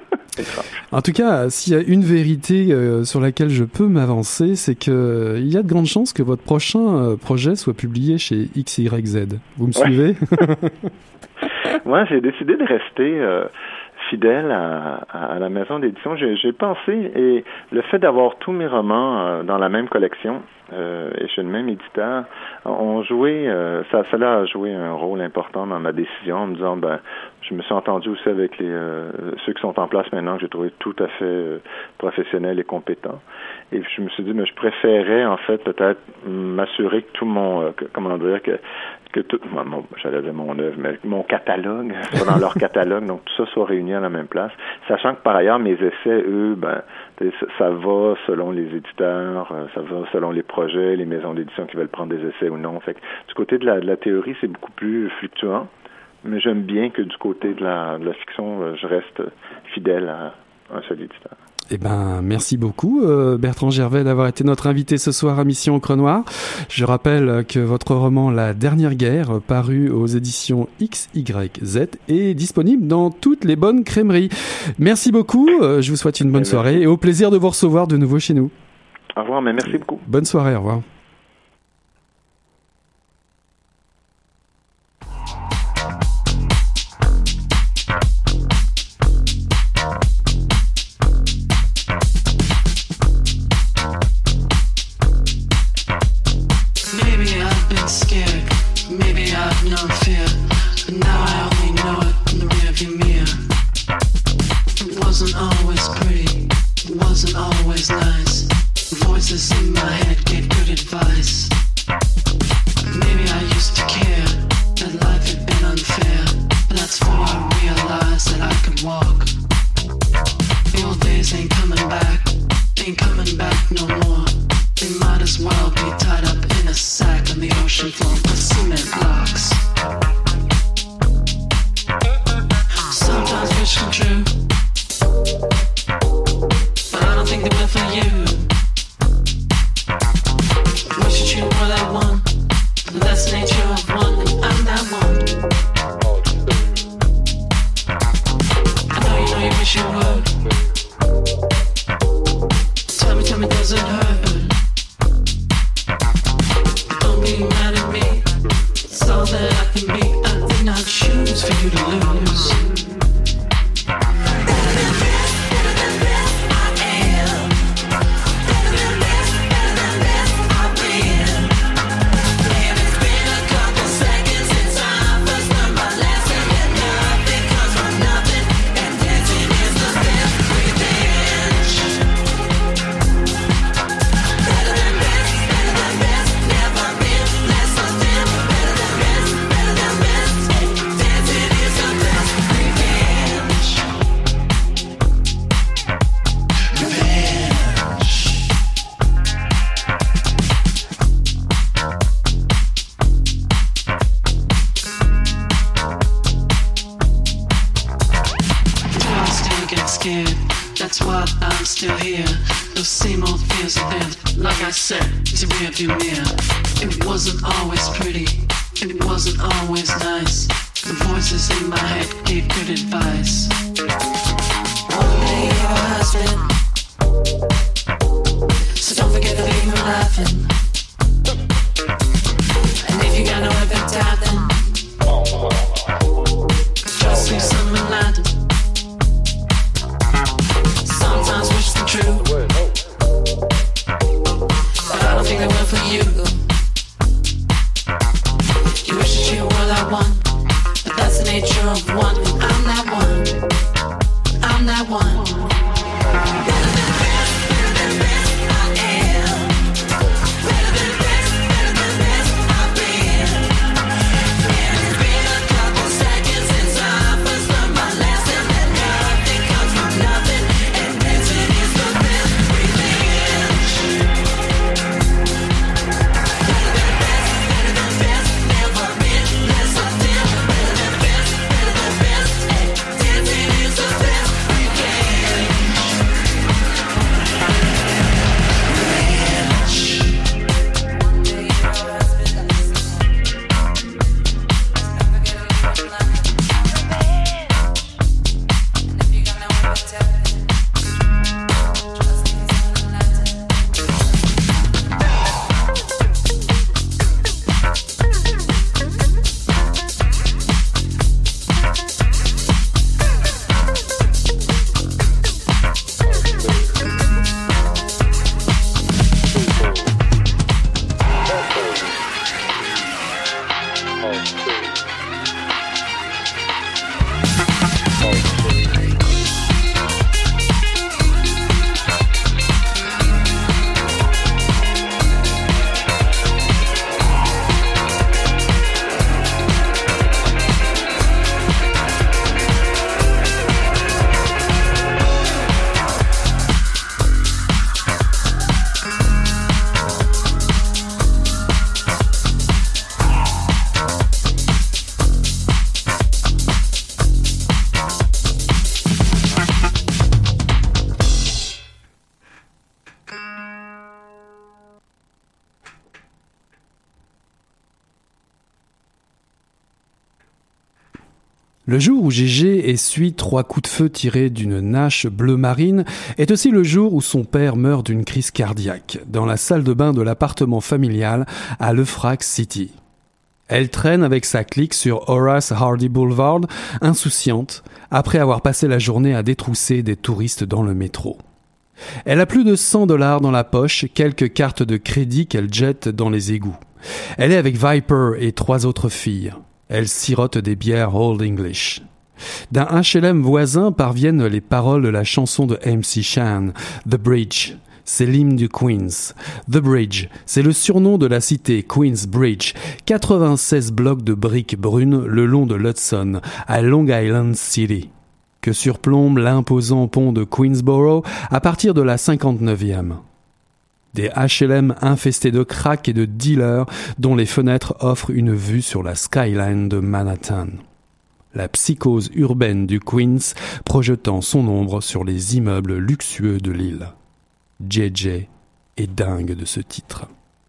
En tout cas, s'il y a une vérité euh, sur laquelle je peux m'avancer, c'est que euh, il y a de grandes chances que votre prochain euh, projet soit publié chez X Y Z. Vous me ouais. suivez? Moi, j'ai décidé de rester... Euh, fidèle à, à, à la maison d'édition. J'ai, j'ai pensé, et le fait d'avoir tous mes romans euh, dans la même collection euh, et chez le même éditeur, ont joué, euh, ça, ça a joué un rôle important dans ma décision en me disant, ben, je me suis entendu aussi avec les euh, ceux qui sont en place maintenant, que j'ai trouvé tout à fait euh, professionnels et compétents. Et je me suis dit, mais je préférais, en fait, peut-être m'assurer que tout mon, euh, que, comment dire, que que tout, mon, j'allais dire mon œuvre, mais mon catalogue, soit dans leur catalogue, donc tout ça soit réuni à la même place, sachant que par ailleurs, mes essais, eux, ben, ça va selon les éditeurs, ça va selon les projets, les maisons d'édition qui veulent prendre des essais ou non. Fait que du côté de la, de la théorie, c'est beaucoup plus fluctuant, mais j'aime bien que du côté de la, de la fiction, je reste fidèle à un seul éditeur. Eh ben, merci beaucoup, euh, Bertrand Gervais, d'avoir été notre invité ce soir à Mission Encre Noire. Je rappelle que votre roman La Dernière Guerre, paru aux éditions X Y Z, est disponible dans toutes les bonnes crèmeries. Merci beaucoup, euh, je vous souhaite une bonne merci. soirée et au plaisir de vous recevoir de nouveau chez nous. Au revoir, mais merci beaucoup. Bonne soirée, au revoir. Nature of one, I'm that one, I'm that one. Le jour où Gégé essuie trois coups de feu tirés d'une Nash bleu marine est aussi le jour où son père meurt d'une crise cardiaque dans la salle de bain de l'appartement familial à Lefrak City. Elle traîne avec sa clique sur Horace Hardy Boulevard, insouciante, après avoir passé la journée à détrousser des touristes dans le métro. Elle a plus de cent dollars dans la poche, quelques cartes de crédit qu'elle jette dans les égouts. Elle est avec Viper et trois autres filles. Elle sirote des bières Old English. D'un H L M voisin parviennent les paroles de la chanson de M C Shan, The Bridge. C'est l'hymne du Queens. The Bridge, c'est le surnom de la cité Queens Bridge, quatre-vingt-seize blocs de briques brunes le long de l'Hudson, à Long Island City, que surplombe l'imposant pont de Queensboro à partir de la cinquante-neuvième. Des H L M infestés de crack et de dealers dont les fenêtres offrent une vue sur la skyline de Manhattan. La psychose urbaine du Queens projetant son ombre sur les immeubles luxueux de l'île. J J est dingue de ce titre.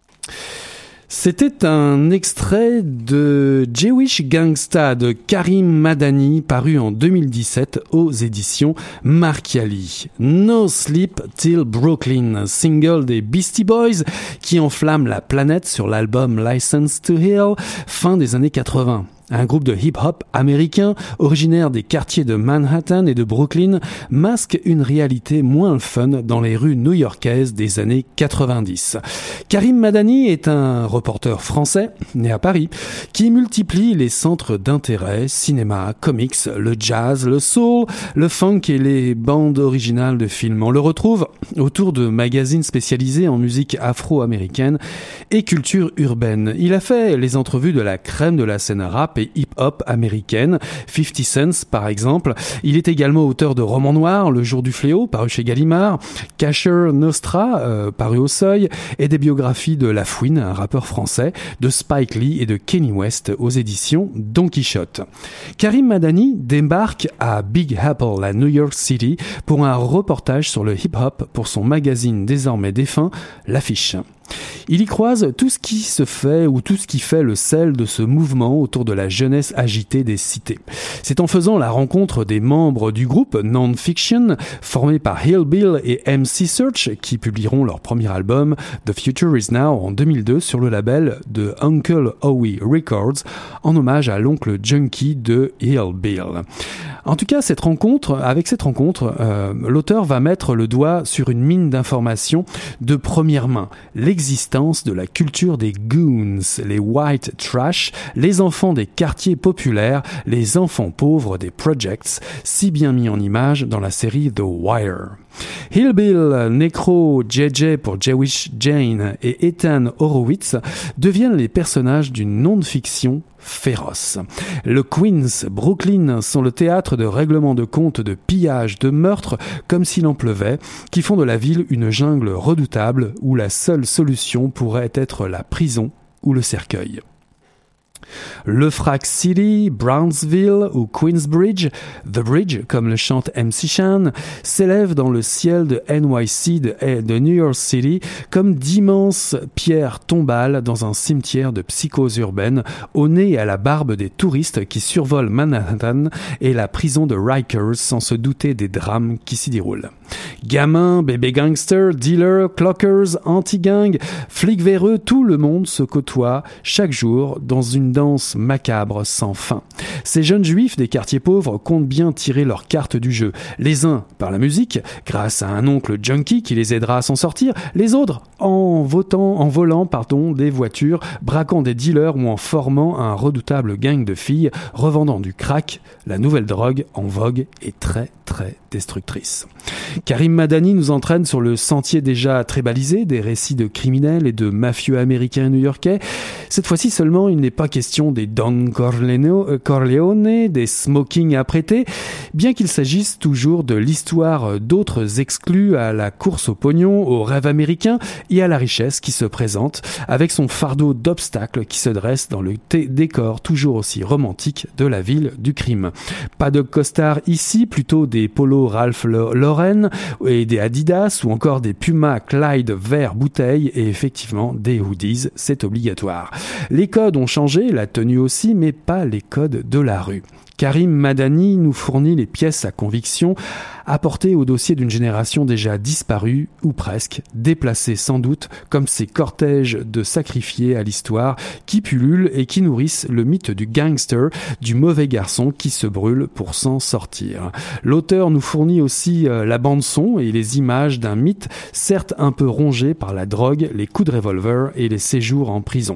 C'était un extrait de Jewish Gangsta de Karim Madani paru en deux mille dix-sept aux éditions Marchiali. No Sleep Till Brooklyn, single des Beastie Boys qui enflamme la planète sur l'album License to Heal fin des années quatre-vingts. Un groupe de hip-hop américain, originaire des quartiers de Manhattan et de Brooklyn, masque une réalité moins fun dans les rues new-yorkaises des années quatre-vingt-dix. Karim Madani est un reporter français, né à Paris, qui multiplie les centres d'intérêt, cinéma, comics, le jazz, le soul, le funk et les bandes originales de films. On le retrouve autour de magazines spécialisés en musique afro-américaine et culture urbaine. Il a fait les entrevues de la crème de la scène rap et hip-hop américaine, fifty Cent par exemple. Il est également auteur de romans noirs, Le Jour du Fléau, paru chez Gallimard, Casher Nostra, euh, paru au Seuil, et des biographies de La Fouine, un rappeur français, de Spike Lee et de Kanye West aux éditions Don Quichotte. Karim Madani débarque à Big Apple, à New York City, pour un reportage sur le hip-hop pour son magazine désormais défunt, L'Affiche. Il y croise tout ce qui se fait ou tout ce qui fait le sel de ce mouvement autour de la jeunesse agitée des cités. C'est en faisant la rencontre des membres du groupe Non-Fiction, formé par Hill Bill et M C Search, qui publieront leur premier album The Future Is Now en deux mille deux sur le label de Uncle Howie Records, en hommage à l'oncle junkie de Hill Bill. En tout cas, cette rencontre, avec cette rencontre, euh, l'auteur va mettre le doigt sur une mine d'informations de première main. L'existence de la culture des goons, les white trash, les enfants des quartiers populaires, les enfants pauvres des projects, si bien mis en image dans la série The Wire. Hill Bill, Necro, J J pour Jewish Jane et Ethan Horowitz deviennent les personnages d'une non-fiction féroce. Le Queens, Brooklyn sont le théâtre de règlements de comptes, de pillages, de meurtres comme s'il en pleuvait, qui font de la ville une jungle redoutable où la seule solution pourrait être la prison ou le cercueil. Lefrak City, Brownsville ou Queensbridge, The Bridge, comme le chante M C Shan, s'élève dans le ciel de N Y C de, de New York City comme d'immenses pierres tombales dans un cimetière de psychose urbaine, au nez et à la barbe des touristes qui survolent Manhattan et la prison de Rikers sans se douter des drames qui s'y déroulent. Gamins, bébés gangsters, dealers, clockers, anti-gangs, flics véreux, tout le monde se côtoie chaque jour dans une danse macabre sans fin. Ces jeunes juifs des quartiers pauvres comptent bien tirer leurs cartes du jeu. Les uns par la musique, grâce à un oncle junkie qui les aidera à s'en sortir, les autres en votant, en volant, pardon, des voitures, braquant des dealers ou en formant un redoutable gang de filles revendant du crack, la nouvelle drogue en vogue est très très destructrice. Karim Madani nous entraîne sur le sentier déjà très balisé des récits de criminels et de mafieux américains et new-yorkais. Cette fois-ci seulement, il n'est pas question des Don Corleone, des smoking à prêter, bien qu'il s'agisse toujours de l'histoire d'autres exclus à la course au pognon, au rêve américain et à la richesse qui se présente avec son fardeau d'obstacles qui se dresse dans le t- décor toujours aussi romantique de la ville du crime. Pas de costard ici, plutôt des polos Ralph Lauren et des Adidas ou encore des Puma Clyde vert bouteille et effectivement des hoodies, c'est obligatoire. Les codes ont changé, la tenue aussi, mais pas les codes de la rue. Karim Madani nous fournit les pièces à conviction apportées au dossier d'une génération déjà disparue, ou presque, déplacée sans doute, comme ces cortèges de sacrifiés à l'histoire qui pullulent et qui nourrissent le mythe du gangster, du mauvais garçon qui se brûle pour s'en sortir. L'auteur nous fournit aussi euh, la bande-son et les images d'un mythe, certes un peu rongé par la drogue, les coups de revolver et les séjours en prison.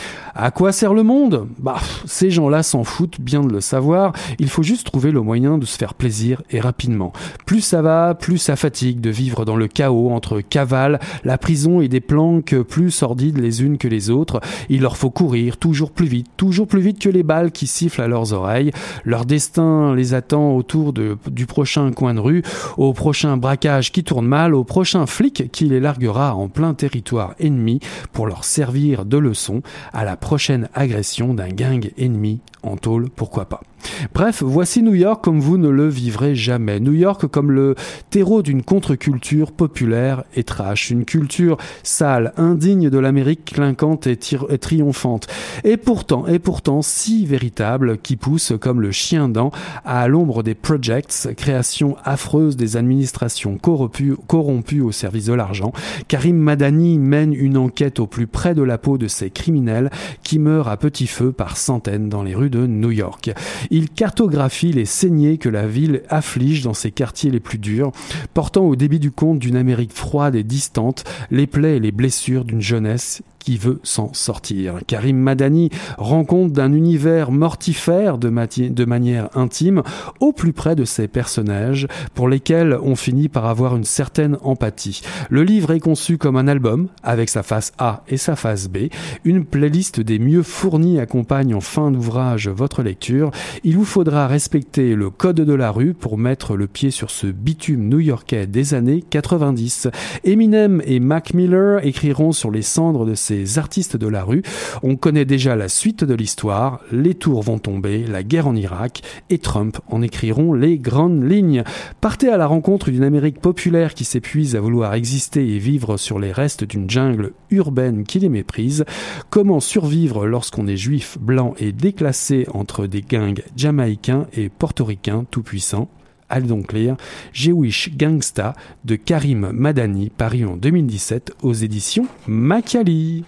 À quoi sert le monde ? Bah, ces gens-là s'en foutent bien de le savoir, il faut juste trouver le moyen de se faire plaisir et rapidement. Plus ça va, plus ça fatigue de vivre dans le chaos entre cavale, la prison et des planques plus sordides les unes que les autres. Il leur faut courir toujours plus vite, toujours plus vite que les balles qui sifflent à leurs oreilles. Leur destin les attend autour de, du prochain coin de rue, au prochain braquage qui tourne mal, au prochain flic qui les larguera en plein territoire ennemi pour leur servir de leçon à la prochaine agression d'un gang ennemi en tôle, pourquoi pas. Bref, voici New York comme vous ne le vivrez jamais. New York comme le terreau d'une contre-culture populaire et trash. Une culture sale, indigne de l'Amérique clinquante et, tir- et triomphante. Et pourtant, et pourtant, si véritable, qui pousse comme le chien dent à l'ombre des projects, création affreuse des administrations corrompues, corrompues au service de l'argent. Karim Madani mène une enquête au plus près de la peau de ces criminels qui meurent à petit feu par centaines dans les rues de New York. Il cartographie les saignées que la ville afflige dans ses quartiers les plus durs, portant au débit du compte d'une Amérique froide et distante les plaies et les blessures d'une jeunesse qui veut s'en sortir. Karim Madani rend compte d'un univers mortifère de, mati- de manière intime, au plus près de ces personnages, pour lesquels on finit par avoir une certaine empathie. Le livre est conçu comme un album, avec sa face A et sa face B. Une playlist des mieux fournis accompagne en fin d'ouvrage votre lecture. Il vous faudra respecter le code de la rue pour mettre le pied sur ce bitume new-yorkais des années quatre-vingt-dix. Eminem et Mac Miller écriront sur les cendres de ces artistes de la rue. On connaît déjà la suite de l'histoire, les tours vont tomber, la guerre en Irak et Trump en écriront les grandes lignes. Partez à la rencontre d'une Amérique populaire qui s'épuise à vouloir exister et vivre sur les restes d'une jungle urbaine qui les méprise. Comment survivre lorsqu'on est juif, blanc et déclassé entre des gangs jamaïcains et portoricains tout-puissants? Allez donc lire Jewish Gangsta de Karim Madani, paru en deux mille dix-sept aux éditions Macchiali.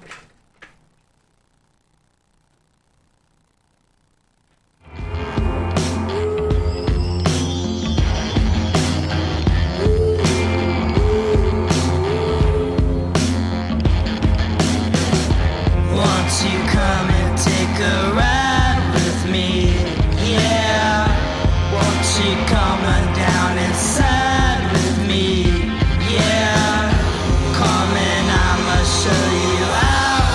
Won't you come and take a ride with me? Yeah. Won't you come on down inside with me? Yeah. Come and I'ma show you how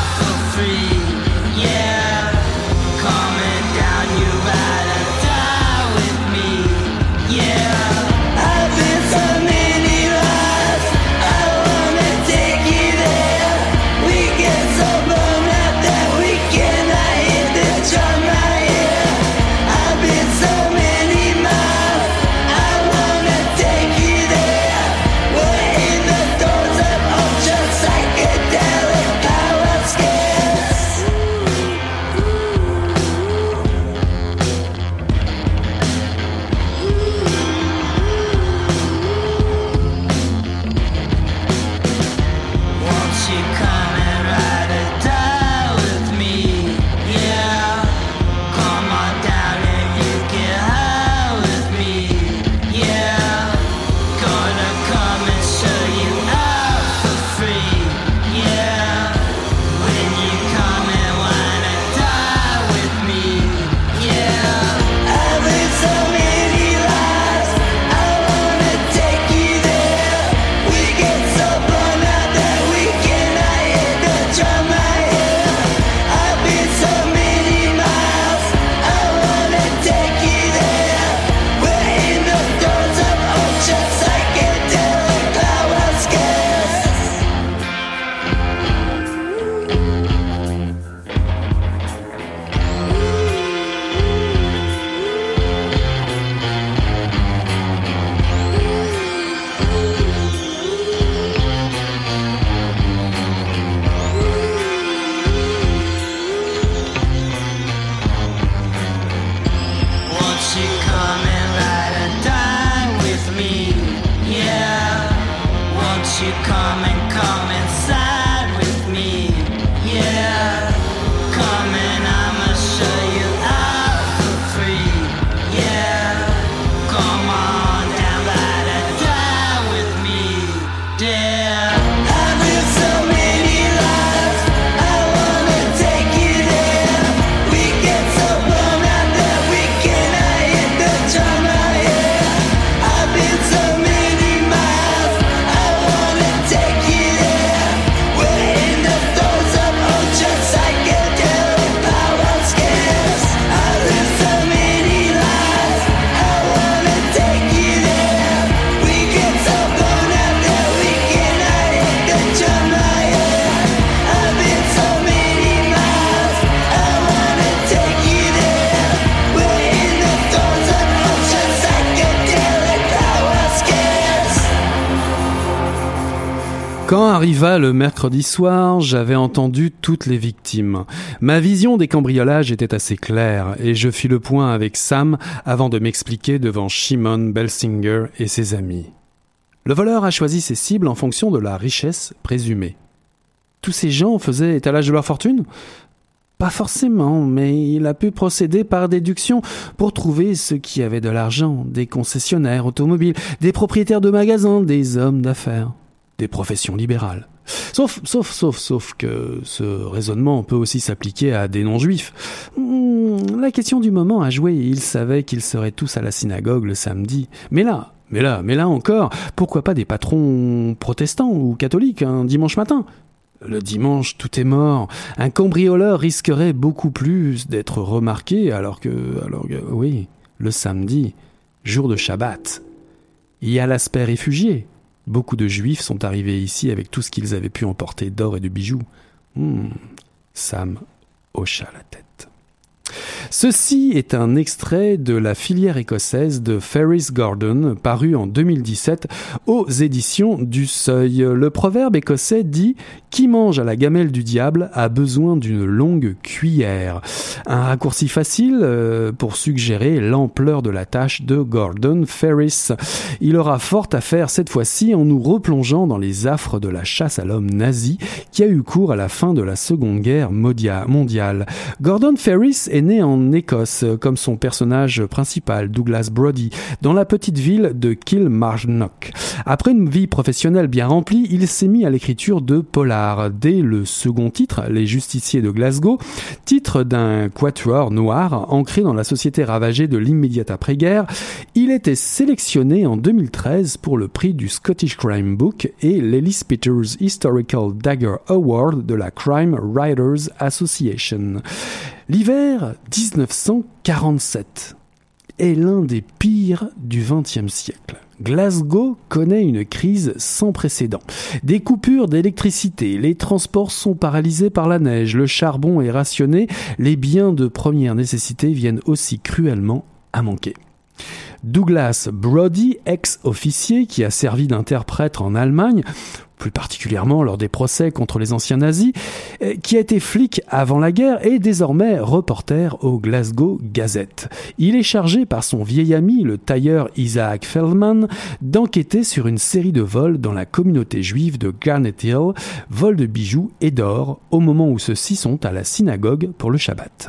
you come and come inside with me? Yeah, come and I'ma show you out for free. Yeah, come on down by the drive with me, dear. I've lived so many lives, I wanna take you there. We get so blown out that we cannot hit the drama, yeah. I've been so many miles, I wanna take you there. We're in the throes of ultra psychedelic power scares. I've lived so many lives, I wanna take you there. We get so blown out that we cannot hit the drama, yeah. I've been so many miles, I wanna take you there. We're in the throes of ultra psychedelic power scares. Quand arriva le mercredi soir, j'avais entendu toutes les victimes. Ma vision des cambriolages était assez claire et je fis le point avec Sam avant de m'expliquer devant Shimon Belsinger et ses amis. Le voleur a choisi ses cibles en fonction de la richesse présumée. Tous ces gens faisaient étalage de leur fortune ? Pas forcément, mais il a pu procéder par déduction pour trouver ceux qui avaient de l'argent, des concessionnaires automobiles, des propriétaires de magasins, des hommes d'affaires, des professions libérales. Sauf, sauf, sauf, sauf que ce raisonnement peut aussi s'appliquer à des non-juifs. Hmm, la question du moment a joué et ils savaient qu'ils seraient tous à la synagogue le samedi. Mais là, mais là, mais là encore, pourquoi pas des patrons protestants ou catholiques un dimanche matin ? Le dimanche, tout est mort. Un cambrioleur risquerait beaucoup plus d'être remarqué alors que, alors que, oui, le samedi, jour de Shabbat. Il y a l'aspect réfugié. Beaucoup de juifs sont arrivés ici avec tout ce qu'ils avaient pu emporter d'or et de bijoux. Hmm, Sam hocha la tête. Ceci est un extrait de la filière écossaise de Ferris Gordon, paru en deux mille dix-sept aux éditions du Seuil. Le proverbe écossais dit « Qui mange à la gamelle du diable a besoin d'une longue cuillère ». Un raccourci facile euh, pour suggérer l'ampleur de la tâche de Gordon Ferris. Il aura fort à faire cette fois-ci en nous replongeant dans les affres de la chasse à l'homme nazi qui a eu cours à la fin de la Seconde Guerre mondiale. Gordon Ferris est né en Écosse, comme son personnage principal, Douglas Brody, dans la petite ville de Kilmarnock. Après une vie professionnelle bien remplie, il s'est mis à l'écriture de polars. Dès le second titre, Les Justiciers de Glasgow, titre d'un quatuor noir ancré dans la société ravagée de l'immédiate après-guerre, il était sélectionné en deux mille treize pour le prix du Scottish Crime Book et l'Ellis Peters Historical Dagger Award de la Crime Writers Association. L'hiver dix-neuf cent quarante-sept est l'un des pires du vingtième siècle. Glasgow connaît une crise sans précédent. Des coupures d'électricité, les transports sont paralysés par la neige, le charbon est rationné, les biens de première nécessité viennent aussi cruellement à manquer. Douglas Brody, ex-officier qui a servi d'interprète en Allemagne, plus particulièrement lors des procès contre les anciens nazis, qui a été flic avant la guerre et désormais reporter au Glasgow Gazette. Il est chargé par son vieil ami, le tailleur Isaac Feldman, d'enquêter sur une série de vols dans la communauté juive de Garnet Hill, vols de bijoux et d'or au moment où ceux-ci sont à la synagogue pour le Shabbat.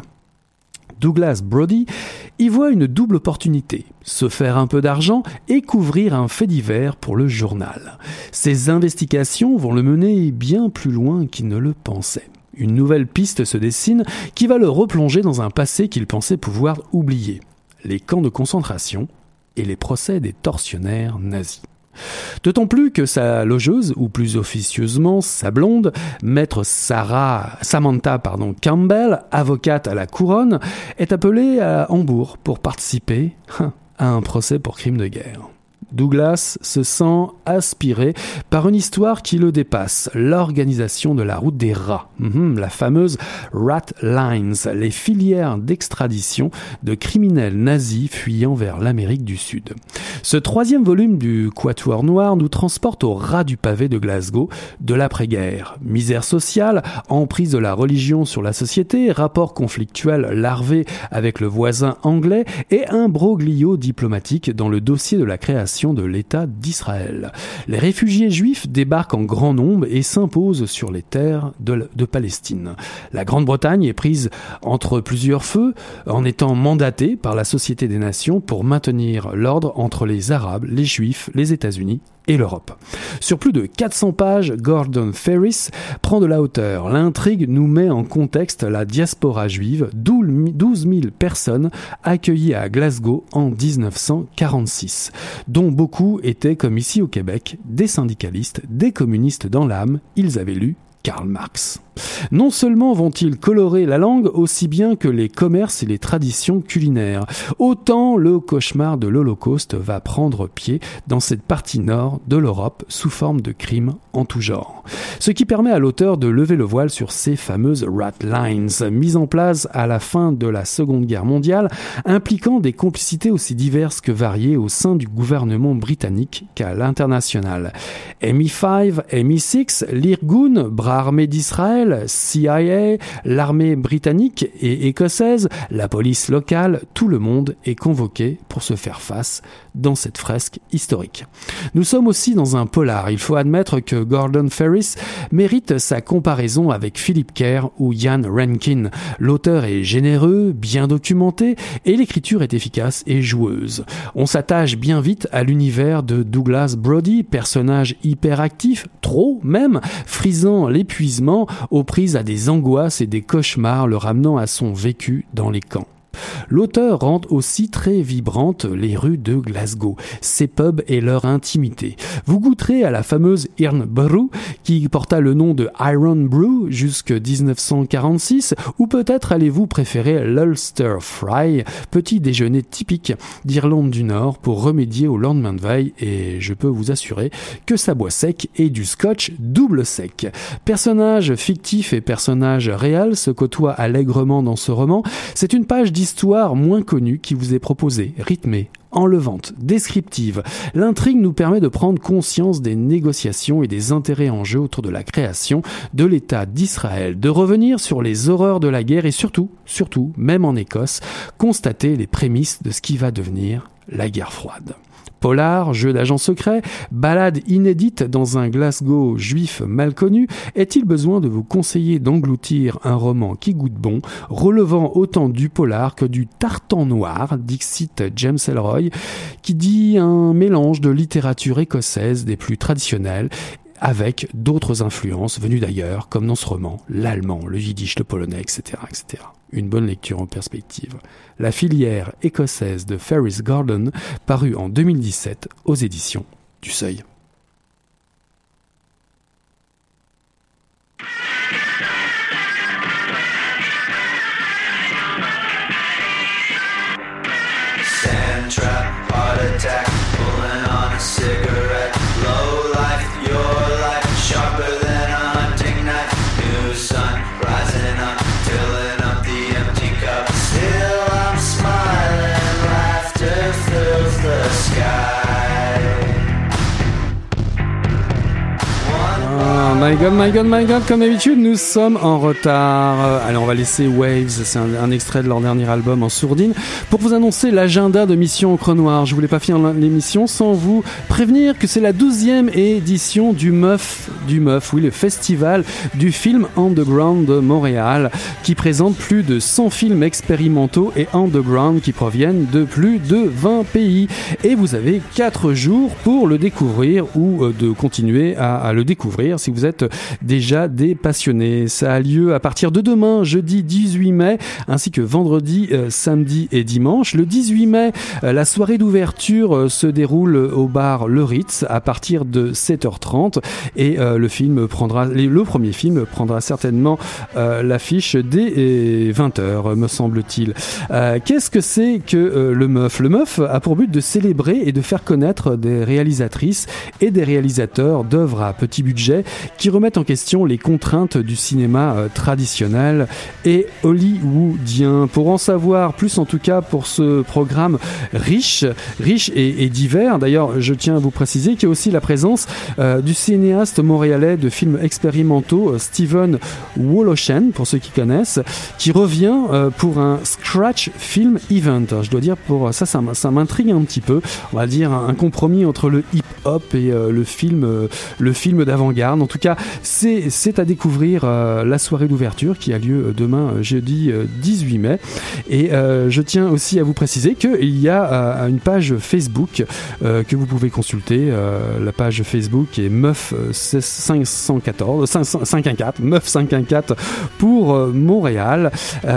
Douglas Brody y voit une double opportunité, se faire un peu d'argent et couvrir un fait divers pour le journal. Ses investigations vont le mener bien plus loin qu'il ne le pensait. Une nouvelle piste se dessine qui va le replonger dans un passé qu'il pensait pouvoir oublier. Les camps de concentration et les procès des tortionnaires nazis. D'autant plus que sa logeuse, ou plus officieusement sa blonde, maître Sarah, Samantha pardon, Campbell, avocate à la couronne, est appelée à Hambourg pour participer à un procès pour crime de guerre. Douglas se sent aspiré par une histoire qui le dépasse, l'organisation de la route des rats, mmh, la fameuse Rat Lines, les filières d'extradition de criminels nazis fuyant vers l'Amérique du Sud. Ce troisième volume du Quatuor Noir nous transporte au ras du pavé de Glasgow de l'après-guerre. Misère sociale, emprise de la religion sur la société, rapports conflictuels larvés avec le voisin anglais et imbroglio diplomatique dans le dossier de la création création de l'État d'Israël. Les réfugiés juifs débarquent en grand nombre et s'imposent sur les terres de, de Palestine. La Grande-Bretagne est prise entre plusieurs feux en étant mandatée par la Société des Nations pour maintenir l'ordre entre les Arabes, les Juifs, les États-Unis et l'Europe. Sur plus de quatre cents pages, Gordon Ferris prend de la hauteur. L'intrigue nous met en contexte la diaspora juive, douze mille personnes accueillies à Glasgow en dix-neuf cent quarante-six, dont beaucoup étaient, comme ici au Québec, des syndicalistes, des communistes dans l'âme. Ils avaient lu Karl Marx. Non seulement vont-ils colorer la langue aussi bien que les commerces et les traditions culinaires, autant le cauchemar de l'Holocauste va prendre pied dans cette partie nord de l'Europe sous forme de crimes en tout genre. Ce qui permet à l'auteur de lever le voile sur ces fameuses rat lines, mises en place à la fin de la Seconde Guerre mondiale, impliquant des complicités aussi diverses que variées au sein du gouvernement britannique qu'à l'international. M I cinq, M I six, l'Irgun, bras armés d'Israël, C I A, l'armée britannique et écossaise, la police locale, tout le monde est convoqué pour se faire face dans cette fresque historique. Nous sommes aussi dans un polar. Il faut admettre que Gordon Ferris mérite sa comparaison avec Philip Kerr ou Ian Rankin. L'auteur est généreux, bien documenté et l'écriture est efficace et joueuse. On s'attache bien vite à l'univers de Douglas Brody, personnage hyperactif, trop même, frisant l'épuisement aux prises à des angoisses et des cauchemars le ramenant à son vécu dans les camps. L'auteur rend aussi très vibrantes les rues de Glasgow, ses pubs et leur intimité. Vous goûterez à la fameuse Irn Brew qui porta le nom de Iron Brew jusqu'en dix-neuf cent quarante-six, ou peut-être allez-vous préférer l'Ulster Fry, petit déjeuner typique d'Irlande du Nord pour remédier au lendemain de veille, et je peux vous assurer que ça boit sec et du scotch double sec. Personnages fictifs et personnages réels se côtoient allègrement dans ce roman. C'est une page d'histoire moins connue qui vous est proposée, rythmée, enlevante, descriptive. L'intrigue nous permet de prendre conscience des négociations et des intérêts en jeu autour de la création de l'État d'Israël, de revenir sur les horreurs de la guerre et surtout, surtout, même en Écosse, constater les prémices de ce qui va devenir la guerre froide. Polar, jeu d'agent secret, balade inédite dans un Glasgow juif mal connu, est-il besoin de vous conseiller d'engloutir un roman qui goûte bon, relevant autant du polar que du tartan noir, dixit James Ellroy, qui dit un mélange de littérature écossaise des plus traditionnelles avec d'autres influences venues d'ailleurs, comme dans ce roman, l'allemand, le yiddish, le polonais, et cetera, et cetera. Une bonne lecture en perspective. La filière écossaise de Ferris Gordon, parue en deux mille dix-sept aux éditions du Seuil. Sand trap, heart attack, pulling on a cigarette, low life, your life, sharper than a hunting knife, new sun, rising up, filling up the empty cup, still I'm smiling, laughter fills the sky. Oh my god, my god, my god, comme d'habitude, nous sommes en retard. Allez, on va laisser Waves, c'est un, un extrait de leur dernier album en sourdine, pour vous annoncer l'agenda de Mission Encre Noire. Je voulais pas finir l'émission sans vous prévenir que c'est la douzième édition du M U F, du M U F, oui, le festival du film underground de Montréal, qui présente plus de cent films expérimentaux et underground qui proviennent de plus de vingt pays. Et vous avez quatre jours pour le découvrir ou de continuer à, à le découvrir si vous êtes déjà des passionnés. Ça a lieu à partir de demain, jeudi dix-huit mai, ainsi que vendredi, euh, samedi et dimanche. Le dix-huit mai, euh, la soirée d'ouverture euh, se déroule au bar Le Ritz à partir de sept heures trente et euh, le film prendra, le premier film prendra certainement euh, l'affiche dès vingt heures, me semble-t-il. Euh, qu'est-ce que c'est que euh, le M U F ? Le M U F a pour but de célébrer et de faire connaître des réalisatrices et des réalisateurs d'œuvres à petit budget projets qui remettent en question les contraintes du cinéma euh, traditionnel et hollywoodien. Pour en savoir plus, en tout cas pour ce programme riche, riche et, et divers, d'ailleurs je tiens à vous préciser qu'il y a aussi la présence euh, du cinéaste montréalais de films expérimentaux euh, Steven Woloshen, pour ceux qui connaissent, qui revient euh, pour un Scratch Film Event. Je dois dire, pour ça, ça, ça m'intrigue un petit peu. On va dire un, un compromis entre le hip-hop et euh, le film, euh, le film d'avant-garde. En tout cas, c'est, c'est à découvrir euh, la soirée d'ouverture qui a lieu demain, jeudi euh, dix-huit mai. Et euh, je tiens aussi à vous préciser qu'il y a euh, une page Facebook euh, que vous pouvez consulter. Euh, la page Facebook est Meuf cinq cent quatorze, cinq cent quatorze, Meuf cinq cent quatorze pour euh, Montréal.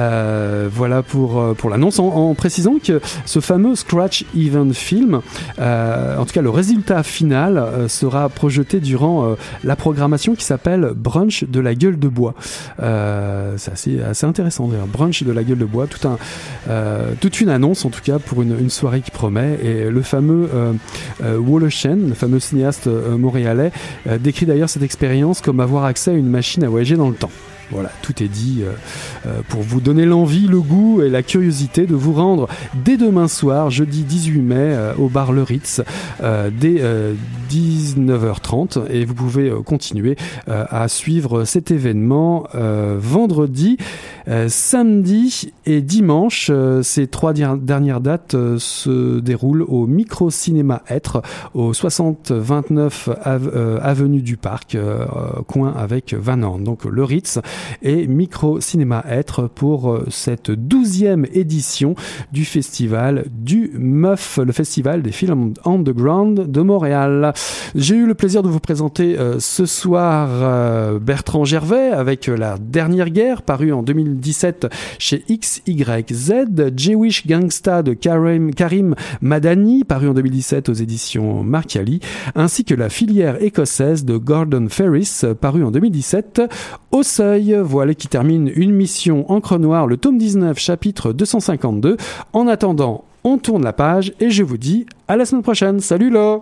Euh, voilà pour, euh, pour l'annonce, en, en précisant que ce fameux Scratch Event Film, euh, en tout cas le résultat final, euh, sera projeté durant euh, la programmation qui s'appelle Brunch de la gueule de bois. Euh, c'est assez, assez intéressant d'ailleurs. Brunch de la gueule de bois, tout un, euh, toute une annonce en tout cas pour une, une soirée qui promet. Et le fameux euh, euh, Woloshen, le fameux cinéaste euh, montréalais, euh, décrit d'ailleurs cette expérience comme avoir accès à une machine à voyager dans le temps. Voilà, tout est dit euh, euh, pour vous donner l'envie, le goût et la curiosité de vous rendre dès demain soir, jeudi dix-huit mai, euh, au bar Le Ritz, euh, dès euh, dix-neuf heures trente. Et vous pouvez euh, continuer euh, à suivre cet événement euh, vendredi, euh, samedi et dimanche. Euh, ces trois di- dernières dates euh, se déroulent au Micro-Cinéma Être, au soixante vingt-neuf ave- euh, avenue du Parc, euh, coin avec Van Horn. Donc Le Ritz et Micro Cinéma Être pour cette douzième édition du festival du Meuf, le festival des films underground de Montréal. J'ai eu le plaisir de vous présenter euh, ce soir euh, Bertrand Gervais avec La Dernière Guerre, paru en deux mille dix-sept chez X Y Z, Jewish Gangsta de Karim, Karim Madani, paru en deux mille dix-sept aux éditions Marchiali, ainsi que La Filière écossaise de Gordon Ferris, paru en deux mille dix-sept au Seuil. Voilà qui termine une mission Encre Noire, le tome dix-neuf, chapitre deux cent cinquante-deux. En attendant, on tourne la page et je vous dis à la semaine prochaine. Salut là!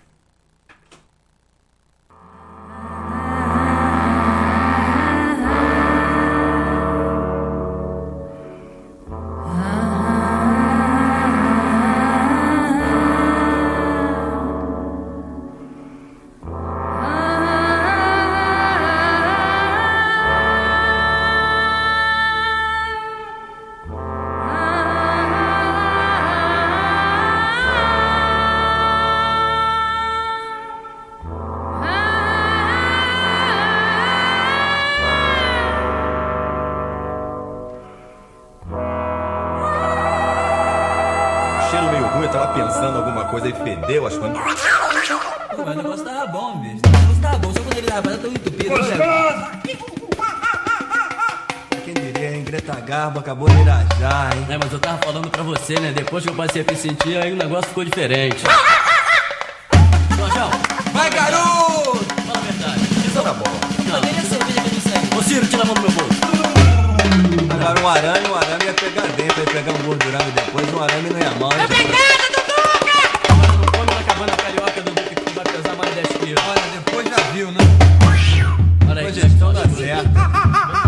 Pensando alguma coisa e fedeu as coisas. Pô, mas o negócio tava bom, bicho. O negócio tava bom, só quando ele tava tão entupido. Quem diria, hein? Greta Garbo acabou de irajar, hein? É, mas eu tava falando pra você, né? Depois que eu passei a me sentir, aí o negócio ficou diferente. Jorjão! Vai, garoto! Fala a verdade. Isso tá bom. Não, nem a cerveja que eu disse aí. Ô, Ciro, tira a mão do meu bolso. Agora um arame, um arame ia pegar dentro, ia pegar um gordurame depois, um arame não ia mal. Obrigado, Duduca! Não come na cabana carioca, Duduca, que vai pesar mais dez quilos. Olha, depois já viu, né? Olha aí, a gestão dá certo.